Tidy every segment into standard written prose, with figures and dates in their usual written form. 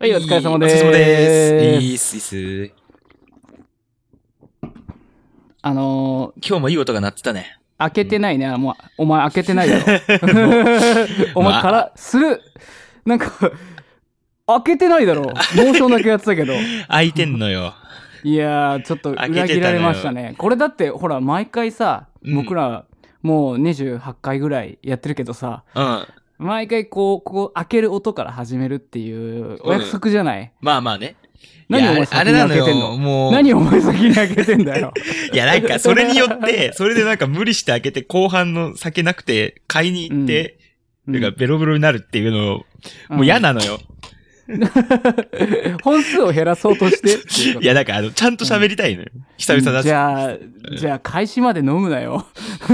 はい、お疲れ様でーす。 お疲れ様です。いいっす、いいっす。今日もいい音が鳴ってたね。 開けてないね。もう、お前開けてないだろ。 もう、 お前からする。なんか、開けてないだろ。モーションだけやってたけど。 開いてんのよ。 いやー、ちょっと裏切られましたね。これだって、ほら、毎回さ、僕ら、もう28回ぐらいやってるけどさ、毎回こう開ける音から始めるっていうお約束じゃない、 まあまあね。 何お前先に開けてんの？もう何お前先に開けてんだよ。 いや、なんか、それによって、それでなんか無理して開けて、後半の酒なくて、買いに行って、なんかベロベロになるっていうのを、もう嫌なのよ。 本数を減らそうとしていや、なんかちゃんと喋りたいのよ。久々だし。 じゃあ、開始まで飲むなよ。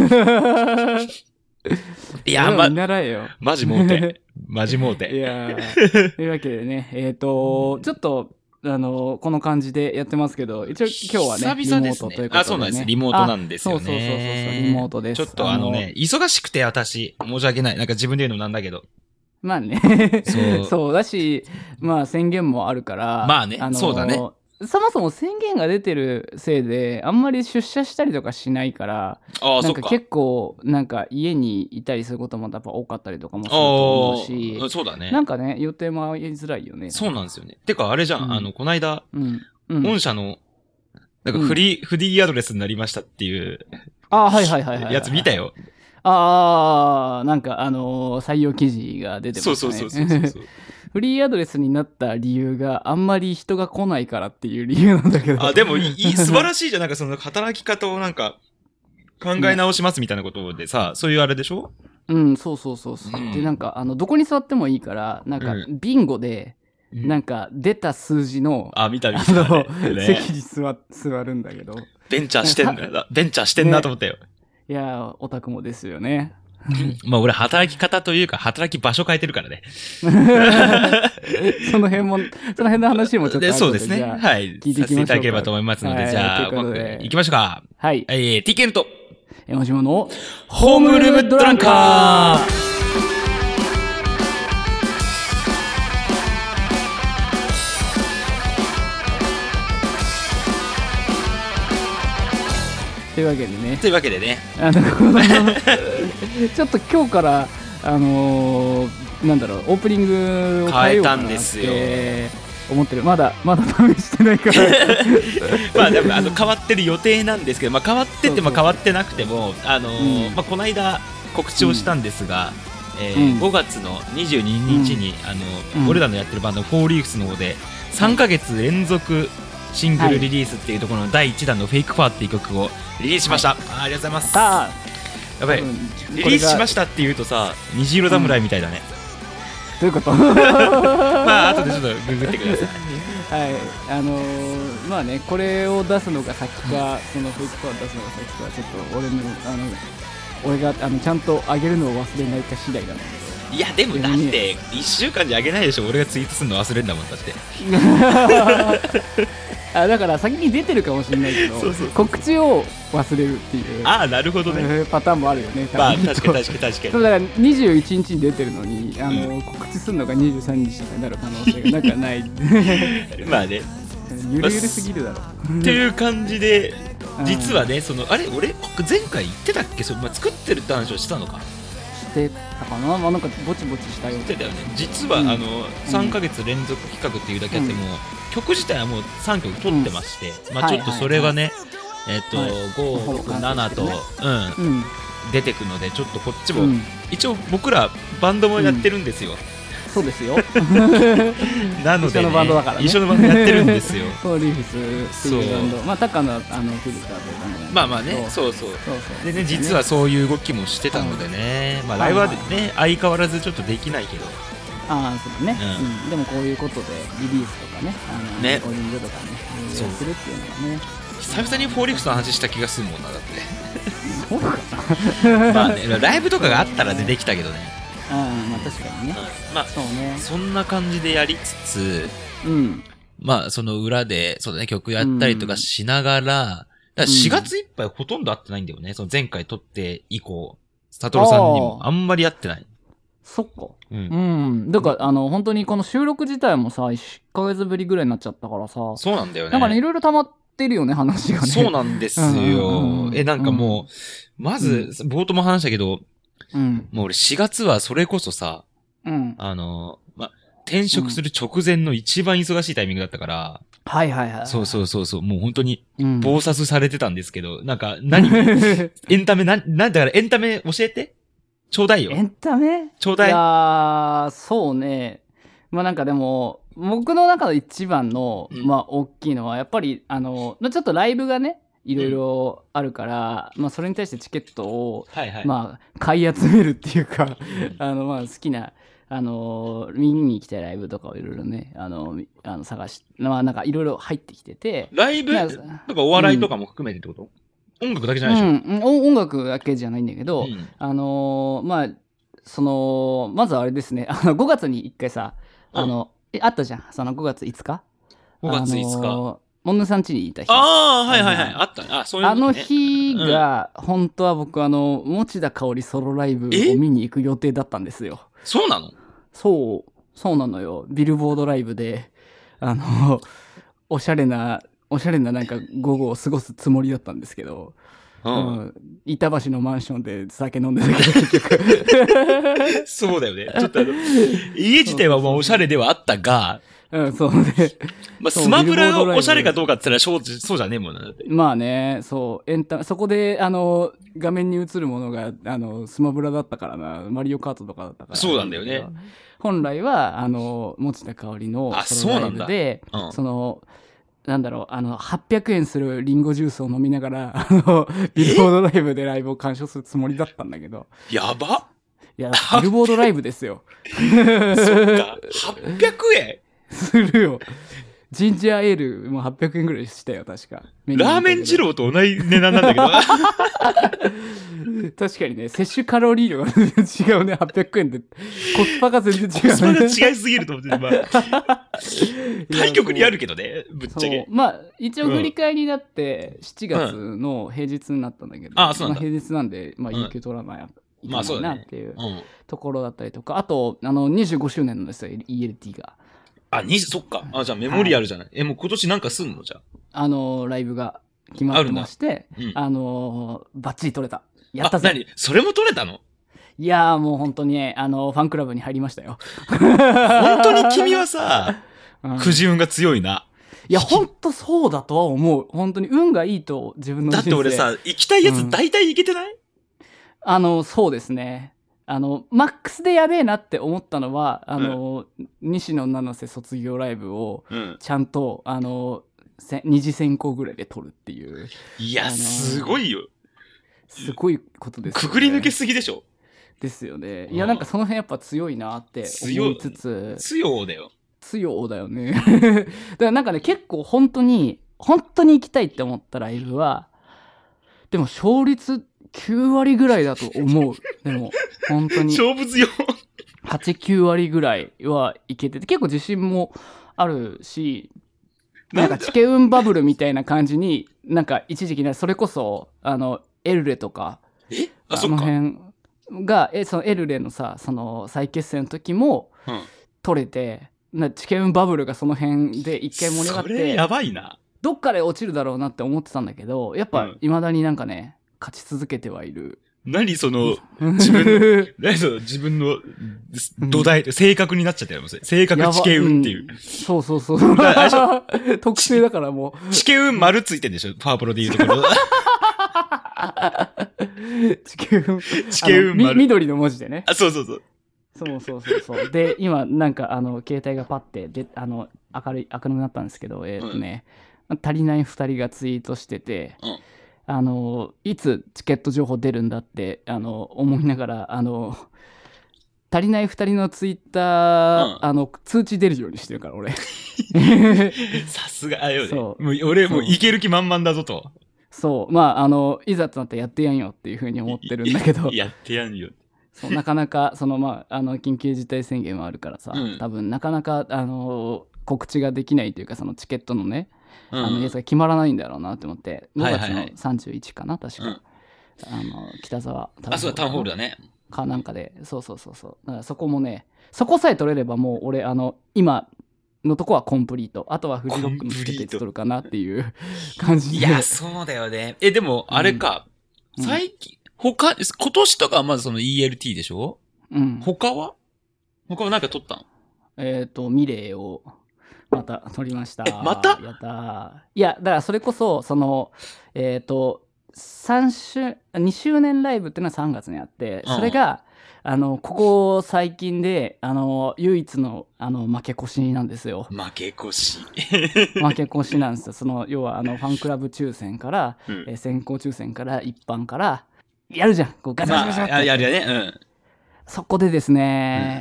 いや、マジモーテ。マジモーテ。 いやというわけでね、ちょっと、この感じでやってますけど、一応今日はね、 久々ですね。 リモートということで、ね。 そうなんです。リモートなんですよね。 そう、リモートです。 ちょっと忙しくて私、申し訳ない。なんか自分で言うのなんだけど。 まあね。そうだし、まあ宣言もあるから、 まあね、そうだね。 そもそも宣言が出てるせいであんまり出社したりとかしないから、なんか結構なんか家にいたりすることもやっぱ多かったりとかもすると思うし、 そうだね。 なんかね予定も合いづらいよね。 そうなんですよね。てかあれじゃん、この間、御社のなんかフリーアドレスになりましたっていうやつ見たよ。 なんか採用記事が出てますね。 そう。 フリーアドレスになった理由があんまり人が来ないからっていう理由なんだけど。 でも素晴らしいじゃん。なんかその働き方をなんか考え直しますみたいなことでさ、そういうあれでしょ？ そう。で、なんかどこに座ってもいいから、なんかビンゴで、なんか出た数字の、 見た、 席に座るんだけど。 ベンチャーしてんだよ。ベンチャーしてんなと思ったよ。 いやオタクもですよね。 まあ俺働き方というか働き場所変えてるからね。 その辺の話もちょっとそうですね。はい。聞いていきましょうか。させていただければと思いますので、じゃあ、行きましょうか。 はい。 TKN と、 山島のホームルームドランカー。 というわけでね。ちょっと今日からなんだろう、オープニングを変えようかなって思ってる。まだ試してないから。 まあでも変わってる予定なんですけど、まあ変わってても変わってなくてもまあこの間告知をしたんですが、5月の22日に俺らのやってるバンドフォーリーフスの方で3ヶ月連続シングルリリースっていうところの第1弾のフェイクファーっていう曲をリリースしました。ありがとうございます。やばい、リリースしましたって言うとさ、虹色侍みたいだね。 どういうこと？ まあ後でちょっとググってください。 はい、まあね、これを出すのが先か、そのフェイクファー出すのが先か、ちょっと俺がちゃんと上げるのを忘れないか次第なんです。 いやでもだって1週間じゃ上げないでしょ。俺がツイートするの忘れんだもんだって。 だから先に出てるかもしれないけど、告知を忘れるっていう。 なるほどね。 パターンもあるよね。 まあ確かに。だから 21日に出てるのに告知するのが23日とかになる可能性がなんかない。 まあね。 ゆるゆるすぎるだろ。 っていう感じで、実はね、俺前回言ってたっけ？作ってるって話をしたのか。 してたかな。なんかぼちぼちしたよ。 してたよね。実は3ヶ月連続企画っていうだけあっても。曲自体はもう3曲撮ってまして、まあちょっとそれがね、5、6、7と、出てくので、ちょっとこっちも、一応僕らバンドもやってるんですよ。 そうですよ。 なので、 一緒のバンドだからね。 一緒のバンドやってるんですよ。 フォーリーフスっていうバンド。まあ、タカのフィルターというバンドなんですけど。 まあね、そう。でね、実はそういう動きもしてたのでね、まあライブはね、相変わらずちょっとできないけど、 そうだね、でもこういうことでリリースとかね、レコーディングとかね、するっていうのはね、 久々にフォーリーフスの話した気がするもんな。だってそうかな。 まあね、ライブとかがあったらできたけどね。 まあ確かにね。 まあそうね、そんな感じでやりつつ、まあその裏でそうだね、曲やったりとかしながら、4月いっぱいほとんど会ってないんだよね。その前回撮って以降、サトルさんにもあんまり会ってない。 そっか。だから本当にこの収録自体もさ1ヶ月ぶりぐらいになっちゃったからさ。 そうなんだよね。 なんかねいろいろ溜まってるよね話がね。 そうなんですよ。なんかもうまず冒頭も話したけど、もう俺4月はそれこそさ、転職する直前の一番忙しいタイミングだったから、はいはいはい。そう。もう本当に、暴殺されてたんですけど、なんか、エンタメ、だからエンタメ教えてちょうだいよ。 エンタメちょうだい。 いやそうね。まあなんかでも、僕の中の一番の、大きいのは、やっぱり、ちょっとライブがね、いろいろあるから、それに対してチケットを、買い集めるっていうか、好きな、見に行きたいライブとかをいろいろね探しなんかいろいろ入ってきてて、 ライブとかお笑いとかも含めてってこと、音楽だけじゃないでしょ。 音楽だけじゃないんだけど、まずあれですね5月に1回さあったじゃん、その5月5日 5月5日モンヌさん家にいた日。 はいあったね。そういうのね。 日が、本当は僕持田香織ソロライブを見に行く予定だったんですよ。 そうなの？ そうなのよ。ビルボードライブでおしゃれななんか午後を過ごすつもりだったんですけど、板橋のマンションで酒飲んでたけど結局そうだよね。ちょっと家自体はおしゃれではあったが、 そうね。 スマブラがおしゃれかどうかって言ったらそうじゃねえもんな。 まあね、そこで画面に映るものがスマブラだったからな、マリオカートとかだったから。 そうなんだよね。 本来は持田香織のソロライブで、なんだろう800円するリンゴジュースを飲みながらビルボードライブでライブを鑑賞するつもりだったんだけど。 やば。 いやビルボードライブですよ。 そっか。800円するよ。ジンジャーエールも800円ぐらいしたよ確か。 ラーメン二郎と同じ値段なんだけど確かにね、摂取カロリー量が違うね。800円でコスパが全然違う、ね、 コスパが違いすぎると思って、対極にあるけどね、ぶっちゃけ。 一応振り返りになって7月の平日になったんだけど、 そうなんだ。 平日なんで有給取らないいかないなっていうところだったりとか、あと25周年のですよ ELT が。 そっか。じゃあメモリアルじゃない。もう今年なんかすんのじゃあ。ライブが決まってまして、バッチリ取れた。やったぜ。 何それも取れたの？ いやーもう本当にね、ファンクラブに入りましたよ。 本当に君はさ、くじ運が強いな。 いや、本当そうだとは思う。本当に運がいいと自分の人生。 だって俺さ、行きたいやつ大体行けてない？ そうですね。マックスでやべえなって思ったのは、西野七瀬卒業ライブを、ちゃんと、二次選考ぐらいで取るっていう。 いや、すごいよ。 すごいことですよね。 くぐり抜けすぎでしょ。 ですよね。いや、なんかその辺やっぱ強いなって思いつつ。 強だよ。 強だよね。だからなんかね、結構本当に行きたいって思ったライブは、でも勝率9割ぐらいだと思う。でも本当に勝負強 8、9割ぐらいはいけてて、結構自信もあるし、なんかチケ運バブルみたいな感じになんか一時期それこそエルレとかその辺がそのエルレのさその再結成の時も取れて、チケ運バブルがその辺で一回盛り上がって、 それやばいな。 どっかで落ちるだろうなって思ってたんだけど、やっぱ未だになんかね勝ち続けてはいる。 何その自分の土台、性格になっちゃったよ。性格地形運っていう。 そう。特性だからもう。 地形運丸ついてんでしょ、パワープロでいうところ。 地形運丸。緑の文字でね。 そう。 そう。で、今なんか携帯がパッてで明るくなったんですけど、足りない2人がツイートしてて。いつチケット情報出るんだって思いながら足りない2人のツイッター、通知出るようにしてるから俺さすがよね。もう俺もういける気満々だぞと。 そういざとなったらやってやんよっていう風に思ってるんだけどやってやんよ。 そうなかなか緊急事態宣言もあるからさ、多分なかなか告知ができないというかそのチケットのねやつが決まらないんだろうなって思って5月の31かな確か、北沢そうタウンホールだね。 かなんかで、そうだからそこもね、そこさえ取れればもう俺今のとこはコンプリート、あとはフジロックのチケット取るかなっていう感じで。 いやそうだよね。でもあれか、最近今年とかはまずその ELT でしょ。他はなんか取ったの？ミレーをまた取りました。 また？ やった。いやだからそれこそその2周年ライブっていうのは3月にあって、それがここ最近で唯一の負け越しなんですよ。 負け越しなんですよ。その要はファンクラブ抽選から、先行抽選から一般からやるじゃん、こうガチャガチャガチャって、 やるよね。 そこでですね、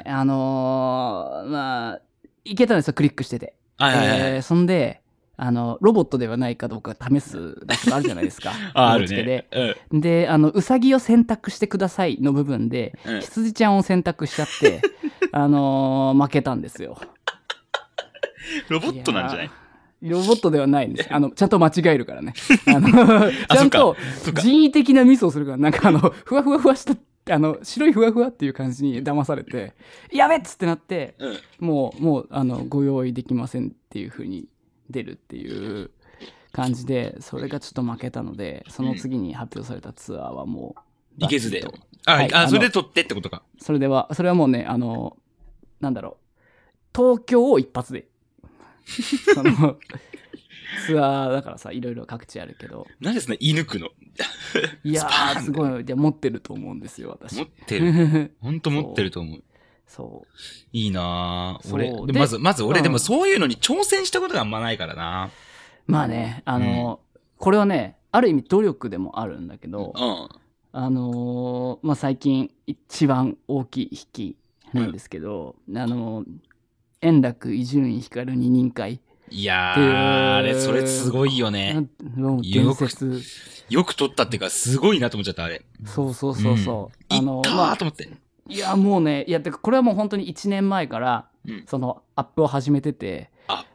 いけたんですよ、クリックしてて。そんでロボットではないかどうか試すのがあるじゃないですか。 あるね。 でうさぎを選択してくださいの部分で、羊ちゃんを選択しちゃって負けたんですよ。 ロボットなんじゃない？ ロボットではないんです。ちゃんと間違えるからね。ちゃんと人為的なミスをするから、なんかふわふわふわした白いふわふわっていう感じに騙されて、やべっつってなって、もうご用意できませんっていう風に出るっていう感じで、それがちょっと負けたので、その次に発表されたツアーはもういけずで、それで取ってってことか。 それはもうね、なんだろう、東京を一発でそのツアーだからさ、いろいろ各地あるけど、 なんですね、言い抜くの。 いやーすごい、持ってると思うんですよ、私。 持ってる。本当持ってると思う。 そういいなぁ。俺でまず俺でもそういうのに挑戦したことがあんまないからな。 まあね、これはね、ある意味努力でもあるんだけど、最近一番大きい引きなんですけど、円楽伊集院光二人会。 いやー、あれそれすごいよね。 伝説。 よく撮ったっていうか、すごいなと思っちゃった、あれ。 そう。 いったーと思って。 いやもうね、いやてかこれはもう本当に1年前から、そのアップを始めてて、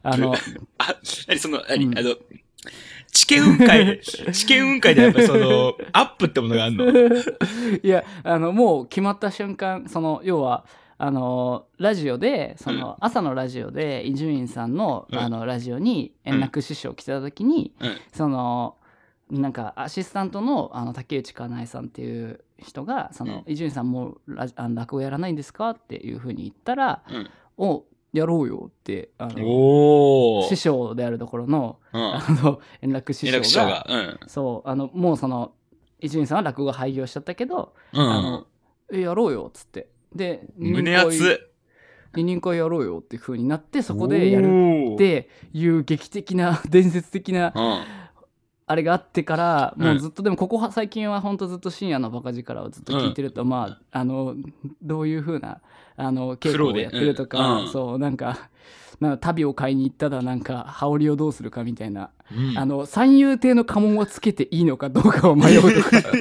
試験雲海でやっぱりそのアップってものがあるの？ いやもう決まった瞬間、その要はラジオでその、朝のラジオで伊集院さんの、ラジオに円楽師匠来てた時に、そのなんかアシスタントの竹内かなえさんっていう人がその伊集院さんも落語やらないんですかっていう風に言ったら、やろうよって師匠であるところの、円楽師匠が、そうもうその伊集院さんは落語廃業しちゃったけど、やろうよっつって、で胸熱二人会やろうよっていう風になって、そこでやるっていう劇的な伝説的な、あれがあってから、もうずっと、でもここ最近は本当ずっと深夜のバカ力をずっと聞いてると、どういう風な稽古をやってるとか、そうなんか旅を買いに行ったらなんか羽織をどうするかみたいな、三遊亭の家紋をつけていいのかどうかを迷うとか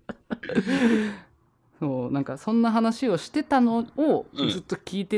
そうなんかそんな話をしてたのをずっと聞いてって、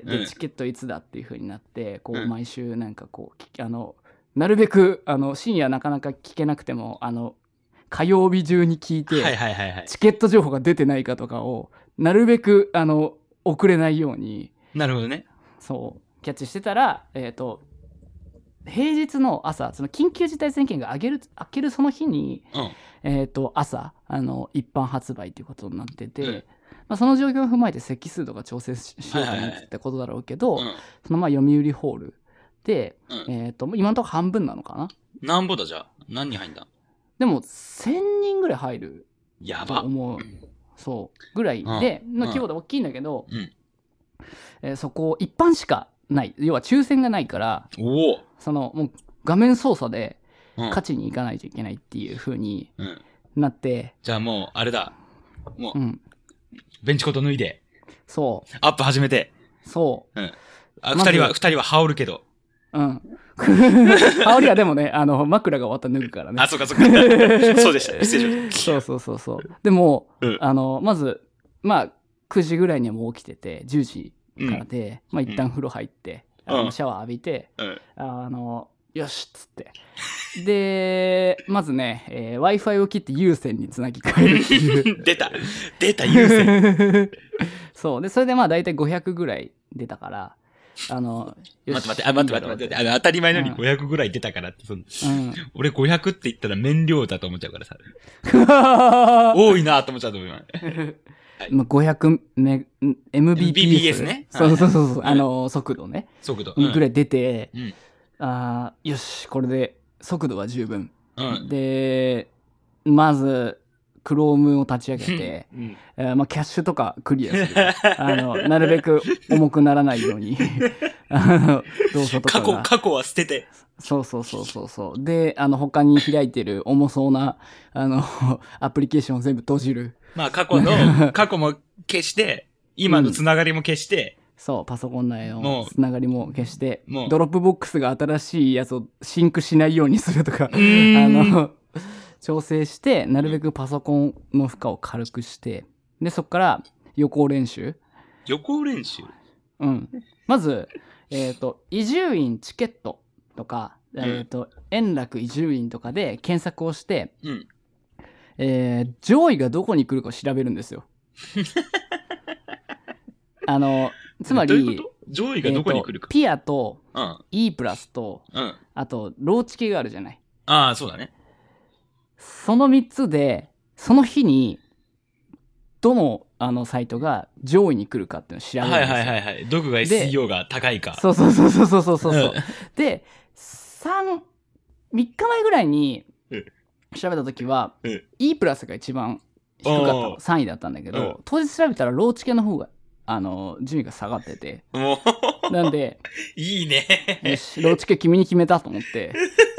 でチケットいつだっていう風になって、こう毎週なんかこうなるべく深夜なかなか聞けなくても火曜日中に聞いて、チケット情報が出てないかとかをなるべく遅れないように、 なるほどね、 そうキャッチしてたら、平日の朝、その緊急事態宣言が明けるその日に、朝一般発売ということになってて、その状況を踏まえて席数とか調整しようと思ってたことだろうけど、その読売ホールで、今のところ半分なのかな。 なんぼだ、じゃあ何人入んだ？ でも1000人ぐらい入ると思う。そうぐらいでの規模で大きいんだけど、そこ一般しかない、要は抽選がないから、そのもう画面操作で勝ちに行かないといけないっていう風になって、 じゃあもうあれだ、もう、ベンチコート脱いで、 そうアップ始めて、2人は羽織るけど、 羽織はでもね、枕が終わったら脱ぐからね。 そうかそうでした、失礼しました。 そう。でも、まず9時ぐらいにはもう起きてて、10時からで、一旦風呂入って、シャワー浴びて、よよしっつってでまずね、Wi-Fi を切って有線につなぎ替えるっていう出た有線そうでそれでまあ大体500ぐらい出たから待って当たり前のように500ぐらい出たからって俺500って言ったら燃料だと思っちゃうからさ多いなと思っちゃうと思う今 500 Mbps ね。 そう速度ね。 速度。 ぐらい出て、よし、これで速度は十分。で、まず、Chrome を立ち上げて、キャッシュとかクリアする。なるべく重くならないように。動作とか過去は捨てて。 そう。で、他に開いてる重そうな、アプリケーションを全部閉じる。 まあ過去も消して、今のつながりも消して、 そう、パソコン内のつながりも消して、ドロップボックスが新しいやつをシンクしないようにするとか、調整して、なるべくパソコンの負荷を軽くして、で、そこから予行練習。うん。まず、伊集院チケットとか、円楽伊集院とかで検索をして、上位がどこに来るかを調べるんですよ。つまり上位がどこに来るか、 ピアと E プラスと、あとローチ系があるじゃない。 ああそうだね。 その3つでその日にどのサイトが上位に来るかっていうのを調べるんですよ。 はい。どこが SEO が高いか。 そう。で3日前ぐらいに調べた時は、E プラスが一番低かったの3位だったんだけど、当日調べたらローチ系の方が順位が下がっててなんでいいねよしローチ系君に決めたと思って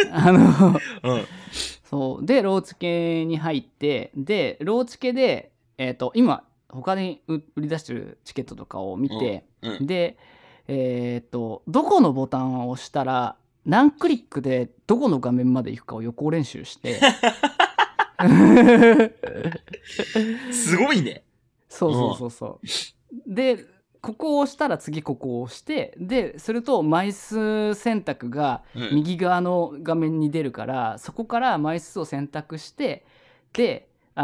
そうでローチ系に入ってでローチ系で今他に売り出してるチケットとかを見て、でどこのボタンを押したら何クリックでどこの画面まで行くかを予行練習してすごいね。 そうでここを押したら次ここを押してですると枚数選択が右側の画面に出るから、そこから枚数を選択してで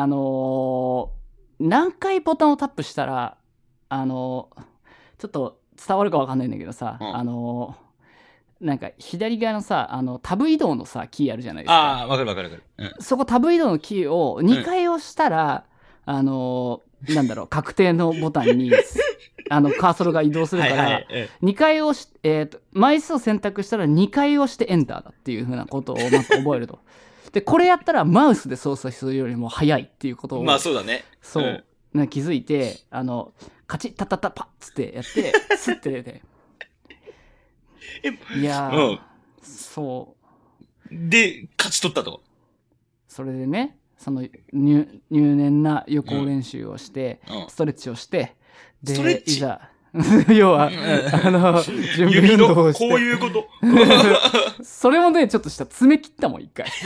何回ボタンをタップしたらちょっと伝わるか分かんないんだけどさ、なんか左側のさタブ移動のさキーあるじゃないですか。 ああ分かる、 そこタブ移動のキーを2回押したら、なんだろう確定のボタンにカーソルが移動するから2回押し枚数を選択したら2回押してエンターだっていう風なことをまず覚えるとでこれやったらマウスで操作するよりも早いっていうことをまあそうだねそう、気づいてカチッタタタパッつってやってスッて出ていやそうで勝ち取ったと。 それでねその入念な予行練習をして、ストレッチをしてでいざ要は、準備運動をしてこういうことそれもねちょっとした爪切ったもん一回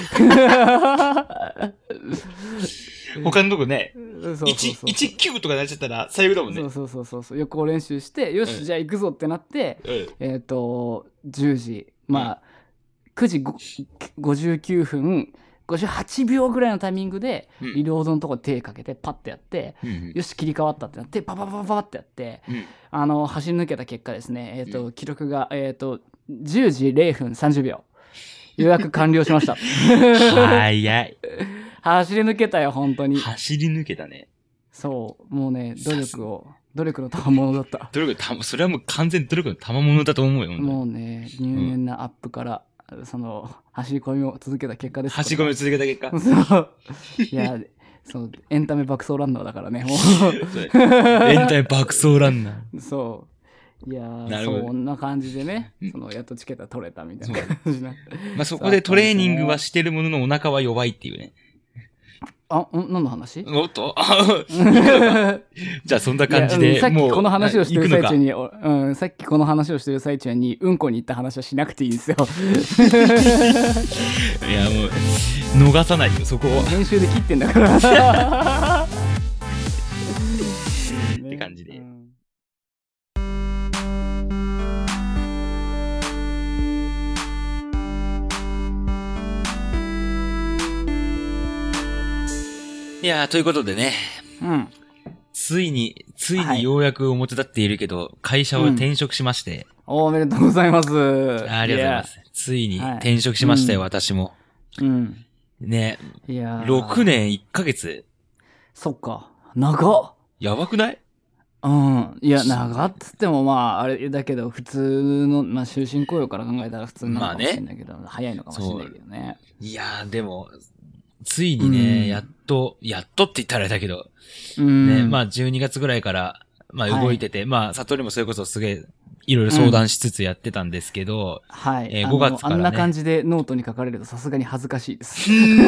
他のとこね19とかなっちゃったら最悪だもんね。 そう予行練習してよし、じゃあ行くぞってなって、10時まあ9時59分58秒ぐらいのタイミングでリロードのところ手かけてパッてやって、よし切り替わったってなってパパパパってやって、走り抜けた結果ですね、記録が、10時0分30秒予約完了しました早い走り抜けたよ本当に。 走り抜けたね。 そうもうね努力の賜物だった。 それはもう完全に努力の賜物だと思うよ。 もうね入念なアップから、その走り込みを続けた結果です。 走り込みを続けた結果そういやそうエンタメ爆走ランナーだからねもうエンタメ爆走ランナーそういやそんな感じでね、そのやっとチケット取れたみたいな感じなまあそこでトレーニングはしてるもののお腹は弱いっていうね。 何の話？ おっとじゃあそんな感じでさっきこの話をしてる最中にさっきこの話をしてる最中にうんこに行った話はしなくていいですよいやもう逃さないよそこを編集で切ってんだからって感じで、 いやー、ということでね。 うん。 ついにようやく表立っているけど、会社を転職しまして。 おめでとうございます。 ありがとうございます。ついに転職しましたよ、私も。 うん。 ね。 いや 6年1ヶ月。 そっか。長っ。 やばくない？ うん。いや、長っつってもまあ、あれだけど、普通の、まあ、終身雇用から考えたら普通なのかもしれないけど、早いのかもしれないけどね。 いやー、でも、ついにね、やっとって言ったらあれだけど、ね、まあ12月ぐらいから、まあ動いてて、まあ、悟りもそれこそすげえ、いろいろ相談しつつやってたんですけど、 はい。 5月からね。 あんな感じでノートに書かれるとさすがに恥ずかしいです。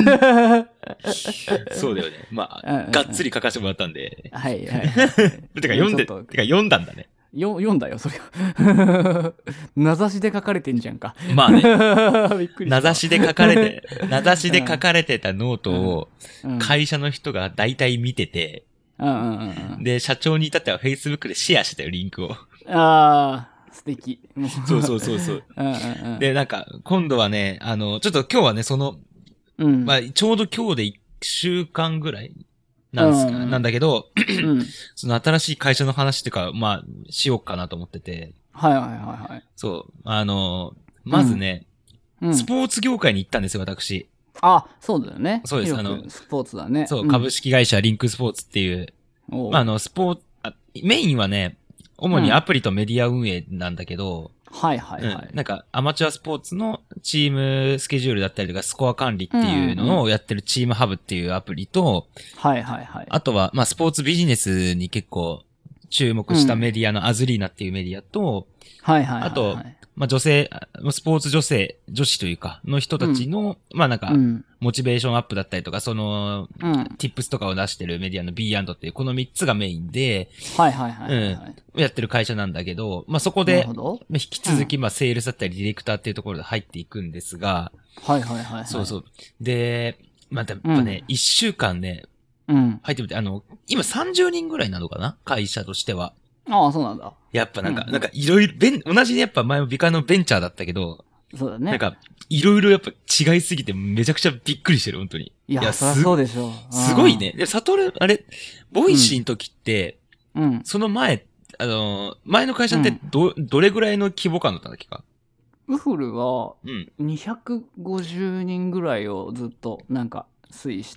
そうだよね。まあ、がっつり書かせてもらったんで。 はいはい。 てか読んだんだね。 読んだよ、それは。名指しで書かれてんじゃんか。 まあね。びっくりした。名指しで書かれてたノートを、会社の人が大体見てて、で、社長に至っては Facebook でシェアしてたよ、リンクを。 ああ、素敵。 そうそうそうそう。で、なんか、今度はね、ちょっと今日はね、まあ、ちょうど今日で1週間ぐらいなんだけど、その新しい会社の話っていうか、まあ、しようかなと思ってて。 はいはいはいはい。 そう。まずね、スポーツ業界に行ったんですよ、私。 あ、そうだよね。 そうです。 スポーツだね。 そう、株式会社リンクスポーツっていう、まあ、メインはね、主にアプリとメディア運営なんだけど、 はいはいはい。 なんか、アマチュアスポーツのチームスケジュールだったりとか、スコア管理っていうのをやってるチームハブっていうアプリと、 はいはいはい。 あとは、まあ、スポーツビジネスに結構注目したメディアのアズリーナっていうメディアと、 はいはいはい。 あと、まあ、スポーツ女子というか、の人たちの、まあなんか、モチベーションアップだったりとか、tips とかを出してるメディアの B& っていう、この3つがメインで、 はいはいはい。 やってる会社なんだけど、まあそこで、引き続き、まあセールスだったりディレクターっていうところで入っていくんですが、 はいはいはい。 そうそう。で、まあやっぱね、1週間ね、入ってみて、今30人ぐらいなのかな？会社としては。 ああ、そうなんだ。 やっぱなんかいろいろ、同じやっぱ前も美化のベンチャーだったけど、 そうだね。 なんか、いろいろやっぱ違いすぎてめちゃくちゃびっくりしてる、本当に。 いや、そうでしょ。 すごいね。で、あれ、ボイシーの時って、その前、前の会社ってどれぐらいの規模感だったんだっけか？ ウフルは、250人ぐらいをずっとなんか推移して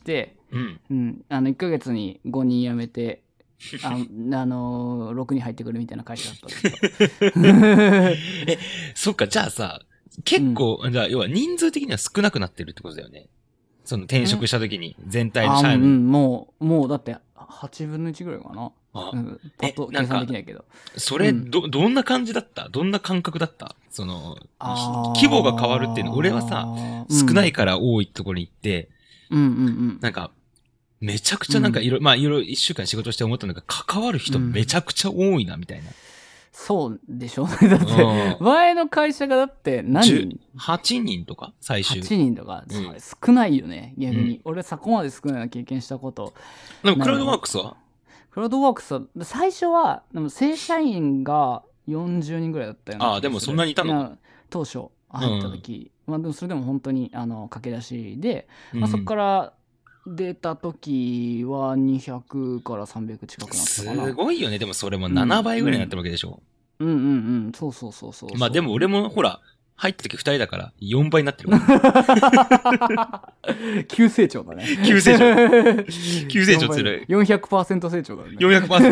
、1ヶ月に5人辞めて、6に入ってくるみたいな会社だったんですけど。 そっか、じゃあさ、結構、じゃあ、要は人数的には少なくなってるってことだよね。その転職した時に、全体の社員。 もうだって、8分の1ぐらいかな。パッと計算できないけど。 それ、どんな感じだった？どんな感覚だった？規模が変わるっていうの、俺はさ、少ないから多いところに行って、なんか、めちゃくちゃなんかまあいろいろ一週間仕事して思ったのが、関わる人めちゃくちゃ多いな、みたいな。 そうでしょ？だって、前の会社がだって何人 ?8 人とか最終。 8人とか、少ないよね、逆に。俺そこまで少ないな経験したこと。 でもクラウドワークスは最初は、でも正社員が40人ぐらいだったよね。 ああ、でもそんなにいたの？ 当初入った時。まあでもそれでも本当に駆け出しで、まあそこから出た時は200から300近くなったかな。 すごいよね。でもそれも7倍ぐらいになってるわけでしょ。 そう。 まあでも俺もほら、入った時2人だから4倍になってるわ。 急成長だね。 急成長。急成長する。 400% 成長だね。 400%。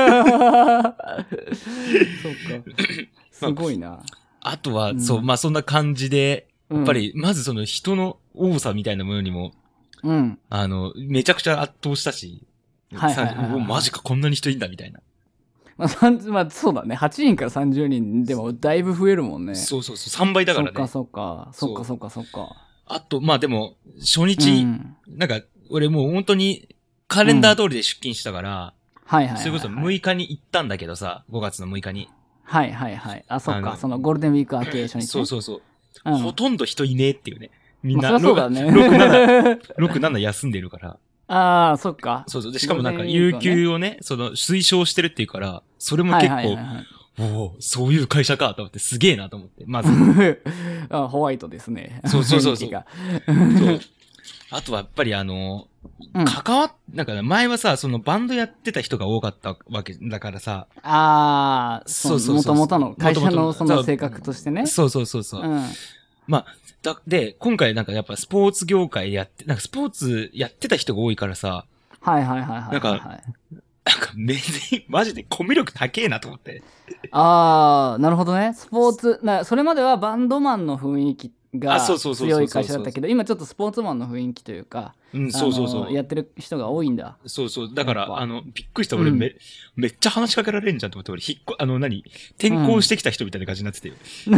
そうか。すごいな。 あとは、まあそんな感じで、やっぱり、まずその人の多さみたいなものにも、めちゃくちゃ圧倒したし、マジかこんなに人いんだみたいな。 まあそうだね。8人から30人でもだいぶ増えるもんね。 そう、3倍だからね。 そっか。 あと、まあでも、初日、なんか、俺もう本当にカレンダー通りで出勤したから、それこそ6日に行ったんだけどさ、5月の6日に。 はい。あ、そっか、そのゴールデンウィーク明け初日。 そう。ほとんど人いねえっていうね。みんな、 そうだね。 6、7休んでるから。 ああ、そっか。 そう。で、しかもなんか、有給をね、推奨してるっていうから、それも結構、そういう会社かと思って、すげえなと思って、まず。 ホワイトですね。 そう。 あとはやっぱりなんか前はさ、そのバンドやってた人が多かったわけだからさ。 ああ、そうそうそう。もともとの会社のその性格としてね。 そうそうそうそう。まあ、で、今回なんかやっぱスポーツ業界なんかスポーツやってた人が多いからさ。 はいはいはいはい。 なんかマジでコミュ力高えなと思って。 ああ、なるほどね。スポーツ、それまではバンドマンの雰囲気が強い会社だったけど、今ちょっとスポーツマンの雰囲気というか、 そうそうそう。 やってる人が多いんだ。 そうそう。だから、びっくりした。俺めっちゃ話しかけられんじゃんと思って、俺、転校してきた人みたいな感じになってたよ。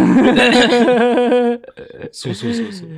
そうそうそうそう。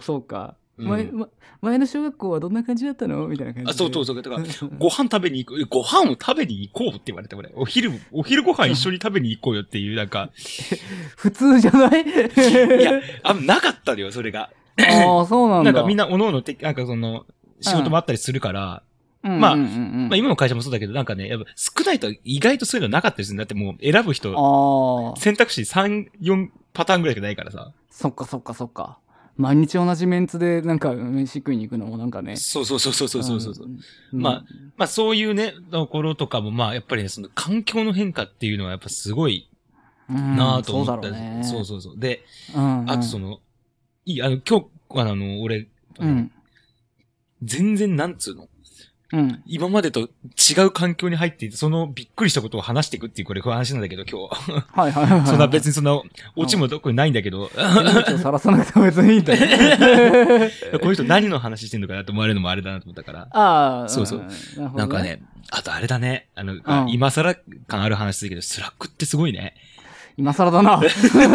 そうか。前の小学校はどんな感じだったのみたいな感じで。 そう。だから、ご飯食べに行く、ご飯を食べに行こうって言われて、俺。お昼ご飯一緒に食べに行こうよっていう、なんか。 普通じゃないいや、なかったのよ、それが。 ああ、そうなんだ。 なんかみんな、おのおのなんかその、仕事もあったりするから、まあ今の会社もそうだけど、なんかね、やっぱ少ないと意外とそういうのなかったりするんだって、もう選ぶ人、選択肢3、4パターンぐらいしかないからさ。 そっか。毎日同じメンツでなんか飯食いに行くのもなんかね。 そう。まあそういうね、ところとかもまあやっぱりね、その環境の変化っていうのはやっぱすごいなぁと思った。そう。で、あとその、今日、俺、全然なんつうの、今までと違う環境に入っていて、そのびっくりしたことを話していくっていう、これ話なんだけど、今日。はい。そんな別にそんな、オチもどこにないんだけど。 命をさらさなくても別にいいんだよ。 この人何の話してんのかなと思われるのもあれだなと思ったから。 ああ。 そう。なんかね、あとあれだね、今更感ある話だけど、スラックってすごいね。 今更だな。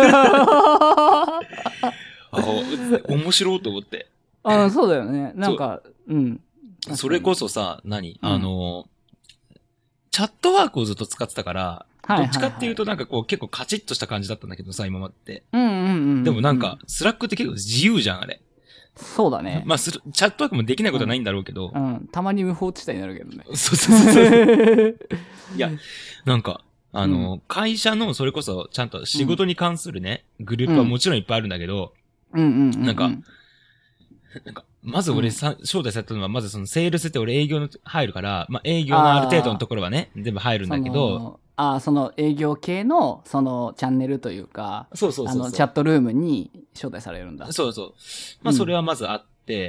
面白いと思って。 そうだよね。なんか、 それこそさ、チャットワークをずっと使ってたから、どっちかっていうとなんかこう結構カチッとした感じだったんだけどさ、今まで。でもなんか、スラックって結構自由じゃん、あれ。 そうだね。 まあ、チャットワークもできないことはないんだろうけど。 たまに無法地帯になるけどね。 そう。いや、なんか、会社のそれこそちゃんと仕事に関するね、グループはもちろんいっぱいあるんだけど、なんか、まず俺招待されたのは、まずそのセールスって俺営業の入るから、まあ営業のある程度のところはね、全部入るんだけど、 その営業系のそのチャンネルというか、 そう。 チャットルームに招待されるんだ。 そう。まあそれはまずあって、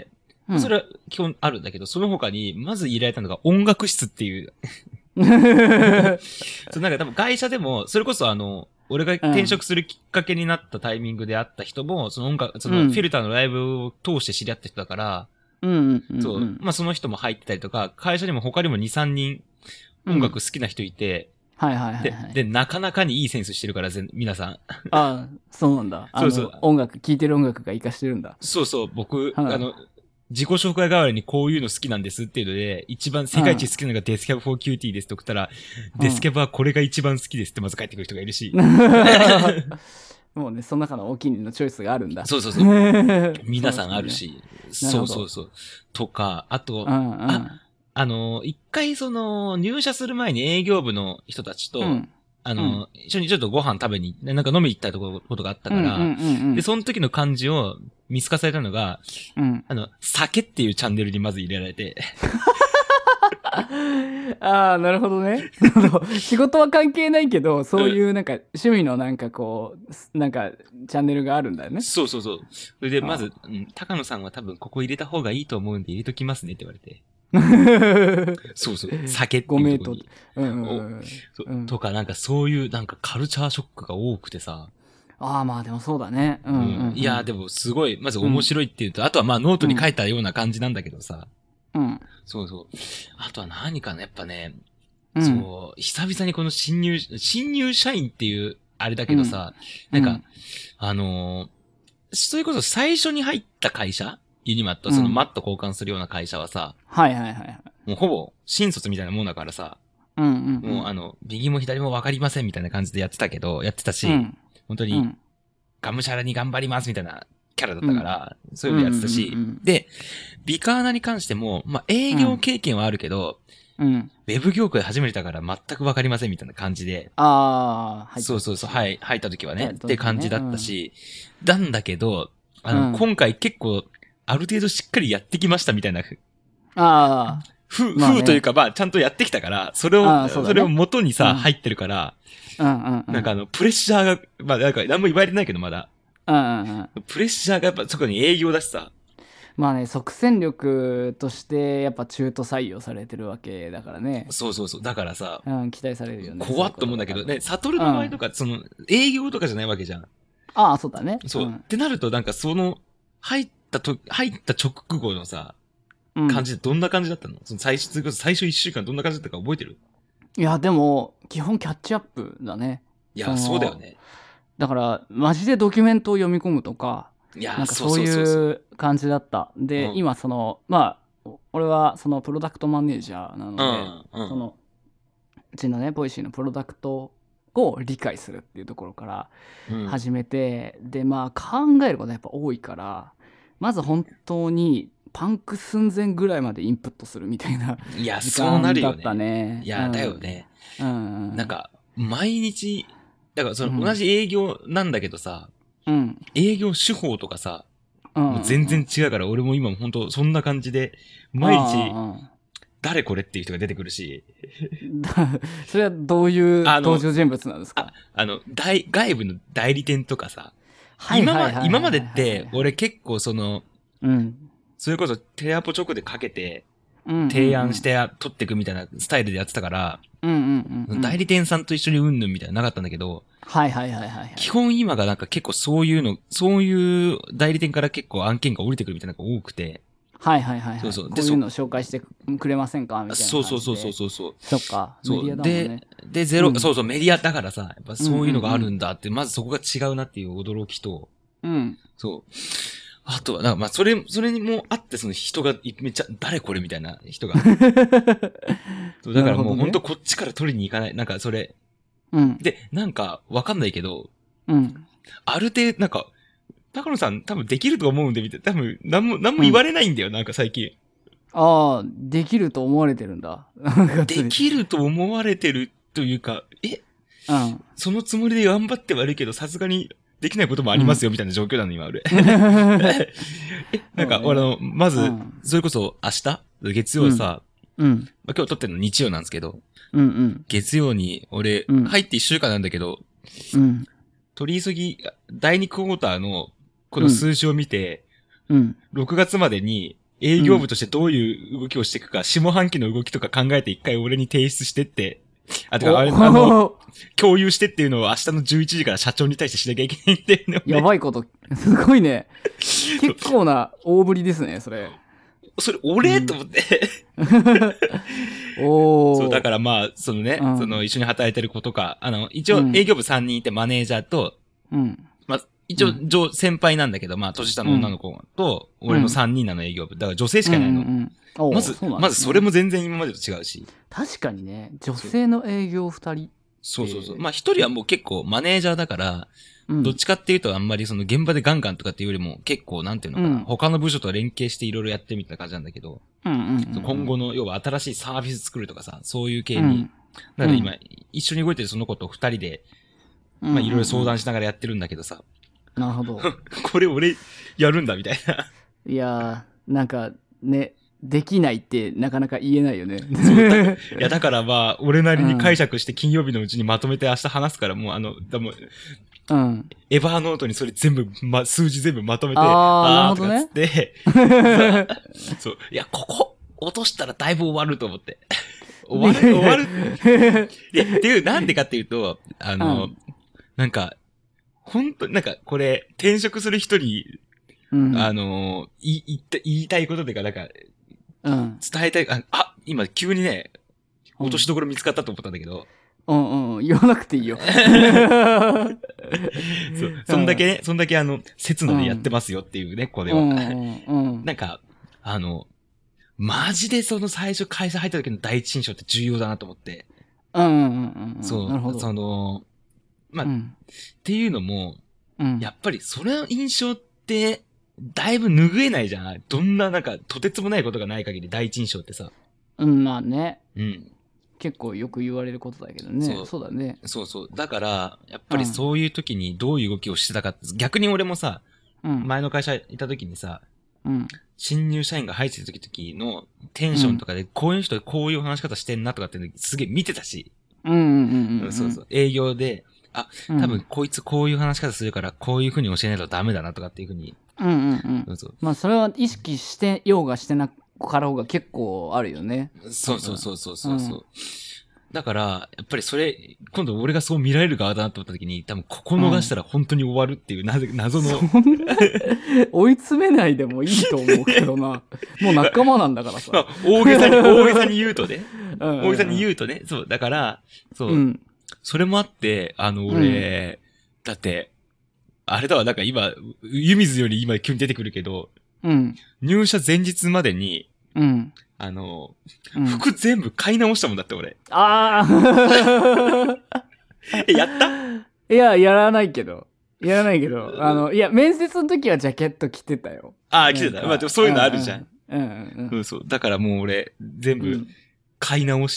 それは基本あるんだけど、その他にまず入れられたのが音楽室っていう。そうなんか多分会社でも、それこそ俺が転職するきっかけになったタイミングであった人も、そのフィルターのライブを通して知り合った人だから、そう、まあその人も入ってたりとか、会社にも他にも2、3人音楽好きな人いて、で、なかなかにいいセンスしてるから、皆さん。 ああ、そうなんだ。そう。聴いてる音楽が活かしてるんだ。 そう、僕、自己紹介代わりにこういうの好きなんですっていうので、一番世界一好きなのがデスキャブ for QT ですと送ったら、デスキャブはこれが一番好きですってまず帰ってくる人がいるし。 もうね、その中のお気に入りのチョイスがあるんだ。 そう。皆さんあるし。そう。とか、あと、一回入社する前に営業部の人たちと、一緒にちょっとご飯食べに、なんか飲みに行ったことがあったから、で、その時の感じを見透かされたのが、酒っていうチャンネルにまず入れられて。 ああ、なるほどね。仕事は関係ないけど、そういうなんか趣味のなんかこう、なんかチャンネルがあるんだよね。 そう。それでまず、高野さんは多分ここ入れた方がいいと思うんで入れときますねって言われて。そう。酒っていうとこに。とか、なんかそういうなんかカルチャーショックが多くてさ。 ああ、まあでもそうだね。 いや、でもすごい、まず面白いっていうと、あとはまあノートに書いたような感じなんだけどさ。そう。あとは何かね、やっぱね、そう、久々にこの新入社員っていう、あれだけどさ、なんか、それこそ最初に入った会社ユニマット、そのマット交換するような会社はさ、もうほぼ新卒みたいなもんだからさ、もう右も左も分かりませんみたいな感じでやってたし、本当に、がむしゃらに頑張りますみたいなキャラだったから、そういうのやってたし、で、ビカーナに関しても、まあ営業経験はあるけど、ウェブ業界始めたから全く分かりませんみたいな感じで。そう、入った時はね、って感じだったし、なんだけど、今回結構、 ある程度しっかりやってきましたみたいな。 ああ。 風というか、まあ、ちゃんとやってきたから、それを元にさ、入ってるから、なんかプレッシャーが、まあ、なんか、何も言われてないけど、まだ。プレッシャーがやっぱそこに営業だしさ。 まあね、即戦力としてやっぱ中途採用されてるわけだからね。 そう。だからさ、 期待されるよね。 怖っと思うんだけどね、悟の場合とか、その、営業とかじゃないわけじゃん。 ああ、そうだね。 そう。ってなると、なんかその、入った直後のさ、感じでどんな感じだったの？その最初1週間どんな感じだったか覚えてる？ いや、でも、基本キャッチアップだね。 いや、そうだよね。 だから、マジでドキュメントを読み込むとか、なんかそういう感じだった。で、今その、まあ、俺はそのプロダクトマネージャーなので、その、うちのね、ボイシーのプロダクトを理解するっていうところから始めて、で、まあ考えることはやっぱ多いから、まず本当にパンク寸前ぐらいまでインプットするみたいな時間だったね。 いや、だよね。なんか、毎日、だからその同じ営業なんだけどさ、営業手法とかさ、もう全然違うから、俺も今も本当そんな感じで、毎日、誰これっていう人が出てくるし。 それはどういう登場人物なんですか？ 外部の代理店とかさ、今までって、俺結構その、それこそテアポ直でかけて、提案して取っていくみたいなスタイルでやってたから、代理店さんと一緒にうんぬんみたいなのなかったんだけど、基本今がなんか結構そういう代理店から結構案件が降りてくるみたいなのが多くて、 そうそう。こういうのを紹介してくれませんかみたいな。そう。そっか。メディアだもんね。 で、そうそう、メディアだからさ、やっぱそういうのがあるんだって、まずそこが違うなっていう驚きと、そう。あとは、なんかまあ、それにもあって、その人が、めっちゃ、誰これみたいな人が。だからもう本当こっちから取りに行かない。なんかそれ。で、なんか、わかんないけど、ある程度、なんか、高野さん多分できると思うんで、みたいな。多分、何も言われないんだよ、なんか最近。 ああ、できると思われてるんだ。 できると思われてるというか、そのつもりで頑張って悪いけど、さすがにできないこともありますよ、みたいな状況なの、今、俺。なんか、まず、それこそ明日月曜さ、今日撮ってるの日曜なんですけど、月曜に、俺、入って1週間なんだけど、取り急ぎ、第2クォーターの、この数字を見て、6月までに営業部としてどういう動きをしていくか、下半期の動きとか考えて一回俺に提出してって、共有してっていうのを明日の11時から社長に対してしなきゃいけないっていうの、ね。 やばいこと。すごいね。結構な大振りですね、それ。 それ、俺、と思って。そう、だからまあ、そのね、その一緒に働いてる子とか、一応営業部3人いてマネージャーと、まあ、一応、先輩なんだけど、まあ、年下の女の子と、俺の3人なの営業部。だから女性しかいないの。まずそれも全然今までと違うし。 確かにね、女性の営業2人。 そう。まあ、1人はもう結構マネージャーだから、どっちかっていうとあんまりその現場でガンガンとかっていうよりも結構なんていうのかな、他の部署と連携していろいろやってみたいな感じなんだけど、今後の要は新しいサービス作るとかさ、そういう系に、なので今一緒に動いてるその子と2人で、まあいろいろ相談しながらやってるんだけどさ、 なるほど。 これ俺やるんだみたいな。 いやー、なんかね、できないってなかなか言えないよね。 いやだからまあ俺なりに解釈して金曜日のうちにまとめて明日話すから、もうエバーノートにそれ全部、数字全部まとめて、とかつって、そう、いや、ここ落としたらだいぶ終わると思って。終わるっていう、なんでかっていうと、なんか、本当なんかこれ、転職する人に、言いたいことというか、なんか、伝えたい、今急にね、落としどころ見つかったと思ったんだけど、 言わなくていいよ。 そう。そんだけ刹那でやってますよっていうね、これは。なんか、マジでその最初会社入った時の第一印象って重要だなと思って。そう。なるほど。まあ、っていうのも、やっぱりそれの印象って、だいぶ拭えないじゃん。どんな、なんか、とてつもないことがない限り第一印象ってさ。 まあね。結構よく言われることだけどね。そうだね。 そう。だから、やっぱりそういう時にどういう動きをしてたかって、逆に俺もさ、前の会社いた時にさ、 うん、 新入社員が入ってる時のテンションとかで、こういう人こういう話し方してんなとかってすげえ見てたし。そうそう。営業で、多分こいつこういう話し方するから、こういう風に教えないとダメだなとかっていう風に。 まあそれは意識してようがしてなかろうが結構あるよね。 そう。だから、やっぱりそれ、今度俺がそう見られる側だなと思った時に、多分ここ逃したら本当に終わるっていう謎の。 追い詰めないでもいいと思うけどな。もう仲間なんだからさ。まあ、 大げさに言うとね。大げさに言うとね。そう、だから、そう。それもあって、俺、だって、あれだわ、なんか今、湯水より今急に出てくるけど、入社前日までに、服全部買い直したもんだって俺。 ああやったいや、やらないけど。いや、面接の時はジャケット着てたよ。 ああ、着てた。まあでもそういうのあるじゃん。そう。だからもう俺、全部買い直して、